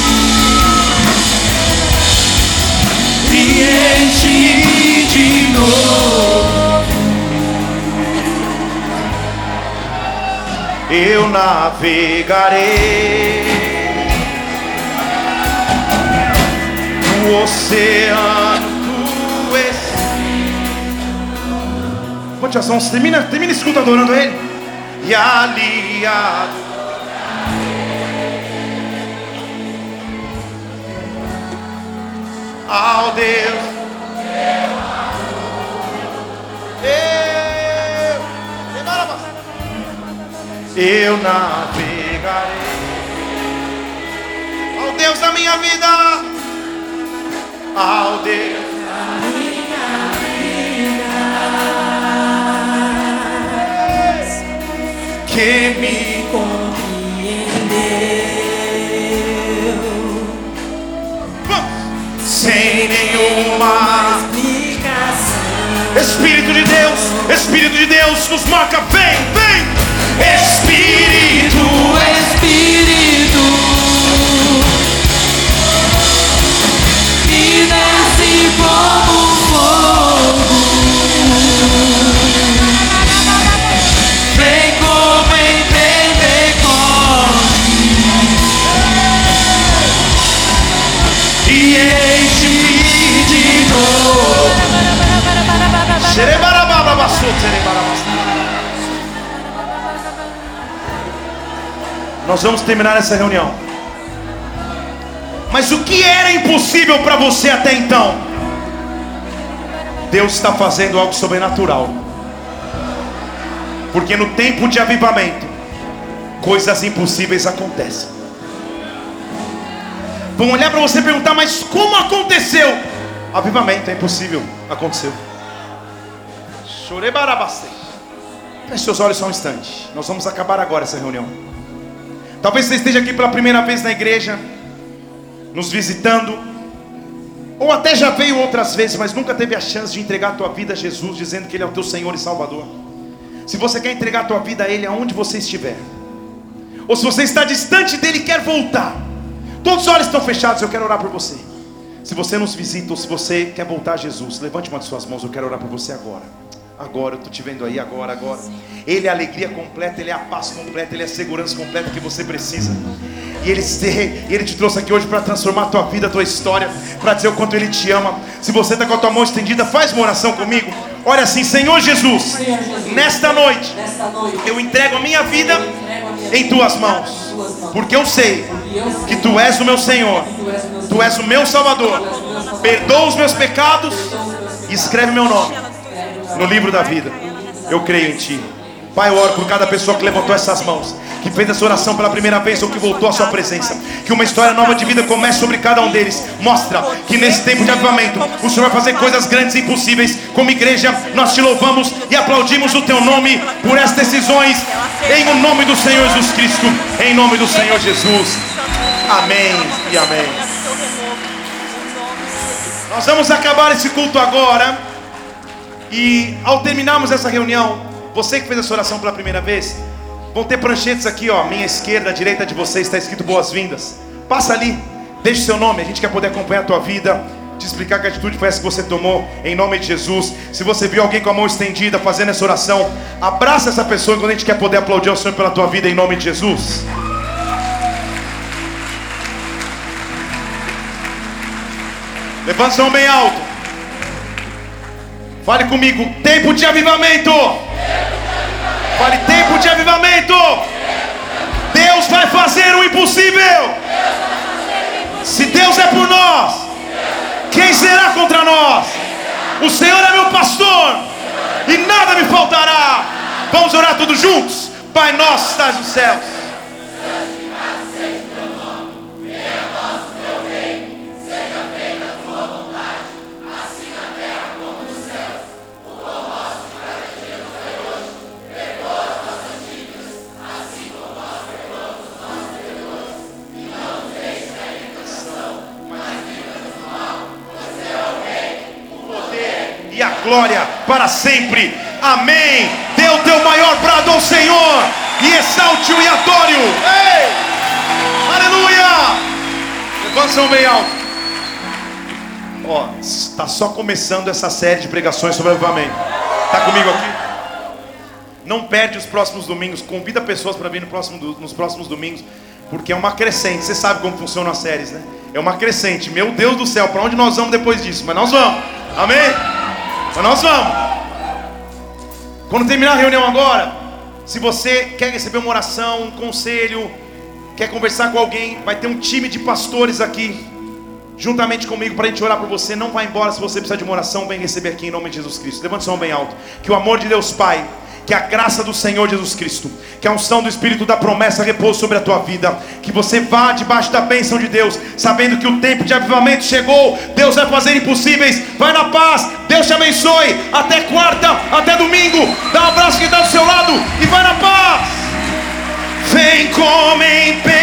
e enche de novo. Eu navegarei no oceano do Espírito. Pode as mãos, termina, termina esse culto adorando Ele. E aliado ao Deus. Eu, eu navegarei ao Deus da minha vida, ao Deus da minha vida, que me Compreendeu sem nenhuma explicação. Espírito de Deus, Espírito de Deus nos marca, vem, vem. Espírito, Espírito que desce como fogo, vem como em Pentecoste e enche de novo. Nós vamos terminar essa reunião. Mas o que era impossível para você até então, Deus está fazendo algo sobrenatural. Porque no tempo de avivamento, coisas impossíveis acontecem. Vão olhar para você e perguntar: mas como aconteceu? Avivamento é impossível, aconteceu. Chorebarabastei. Feche seus olhos só um instante. Nós vamos acabar agora essa reunião. Talvez você esteja aqui pela primeira vez na igreja, nos visitando, ou até já veio outras vezes, mas nunca teve a chance de entregar a tua vida a Jesus, dizendo que Ele é o teu Senhor e Salvador. Se você quer entregar a tua vida a Ele aonde você estiver, ou se você está distante dEle e quer voltar, todos os olhos estão fechados, eu quero orar por você. Se você nos visita ou se você quer voltar a Jesus, levante uma de suas mãos, eu quero orar por você agora. Agora, eu estou te vendo aí, agora, agora. Ele é a alegria completa, Ele é a paz completa, Ele é a segurança completa que você precisa. E Ele, ele te trouxe aqui hoje para transformar a tua vida, a tua história, para dizer o quanto Ele te ama. Se você está com a tua mão estendida, faz uma oração comigo. Olha assim: Senhor Jesus, Senhor Jesus, nesta noite, nesta noite eu entrego a minha vida eu entrego a minha em vida tuas mãos, em tuas mãos. porque eu sei Porque eu sei que Tu és o meu Senhor, que Tu és o meu Tu és o meu Salvador. Perdoa os meus pecados e escreve meu nome no livro da vida. Eu creio em Ti. Pai, eu oro por cada pessoa que levantou essas mãos, que fez essa oração pela primeira vez ou que voltou à Sua presença. Que uma história nova de vida comece sobre cada um deles. Mostra que nesse tempo de avivamento o Senhor vai fazer coisas grandes e impossíveis. Como igreja, nós Te louvamos e aplaudimos o Teu nome por essas decisões, em o nome do Senhor Jesus Cristo, em nome do Senhor Jesus. Amém e amém. Nós vamos acabar esse culto agora. E ao terminarmos essa reunião, você que fez essa oração pela primeira vez, vão ter pranchetes aqui, ó, à minha esquerda, à direita de vocês, está escrito boas-vindas. Passa ali, deixe seu nome, a gente quer poder acompanhar a tua vida, te explicar que atitude foi essa que você tomou, em nome de Jesus. Se você viu alguém com a mão estendida fazendo essa oração, abraça essa pessoa quando a gente quer poder aplaudir ao Senhor pela tua vida, em nome de Jesus. Levanta sua mão bem alto. Fale comigo: tempo de avivamento. Fale: tempo de avivamento. Deus vai fazer o impossível. Se Deus é por nós, quem será contra nós? O Senhor é meu pastor e nada me faltará. Vamos orar todos juntos. Pai nosso que estás nos céus, glória para sempre. Amém. Dê o teu maior brado ao Senhor e exalte-o e adore-o. Ei! Aleluia! Levanta seu bem alto. Ó, está só começando essa série de pregações sobre avivamento. Está comigo aqui? Não perde os próximos domingos. Convida pessoas para vir no próximo, nos próximos domingos, porque é uma crescente. Você sabe como funcionam as séries, né? É uma crescente. Meu Deus do céu, para onde nós vamos depois disso? Mas nós vamos. Amém? Mas nós vamos. Quando terminar a reunião agora, se você quer receber uma oração, um conselho, quer conversar com alguém, vai ter um time de pastores aqui, juntamente comigo, para a gente orar por você. Não vá embora. Se você precisar de uma oração, vem receber aqui em nome de Jesus Cristo. Levante sua mão bem alto. Que o amor de Deus Pai, que a graça do Senhor Jesus Cristo, que a unção do Espírito da promessa repouse sobre a tua vida. Que você vá debaixo da bênção de Deus, sabendo que o tempo de avivamento chegou. Deus vai fazer impossíveis. Vai na paz. Deus te abençoe. Até quarta, até domingo. Dá um abraço que está do seu lado e vai na paz. Vem como em pé.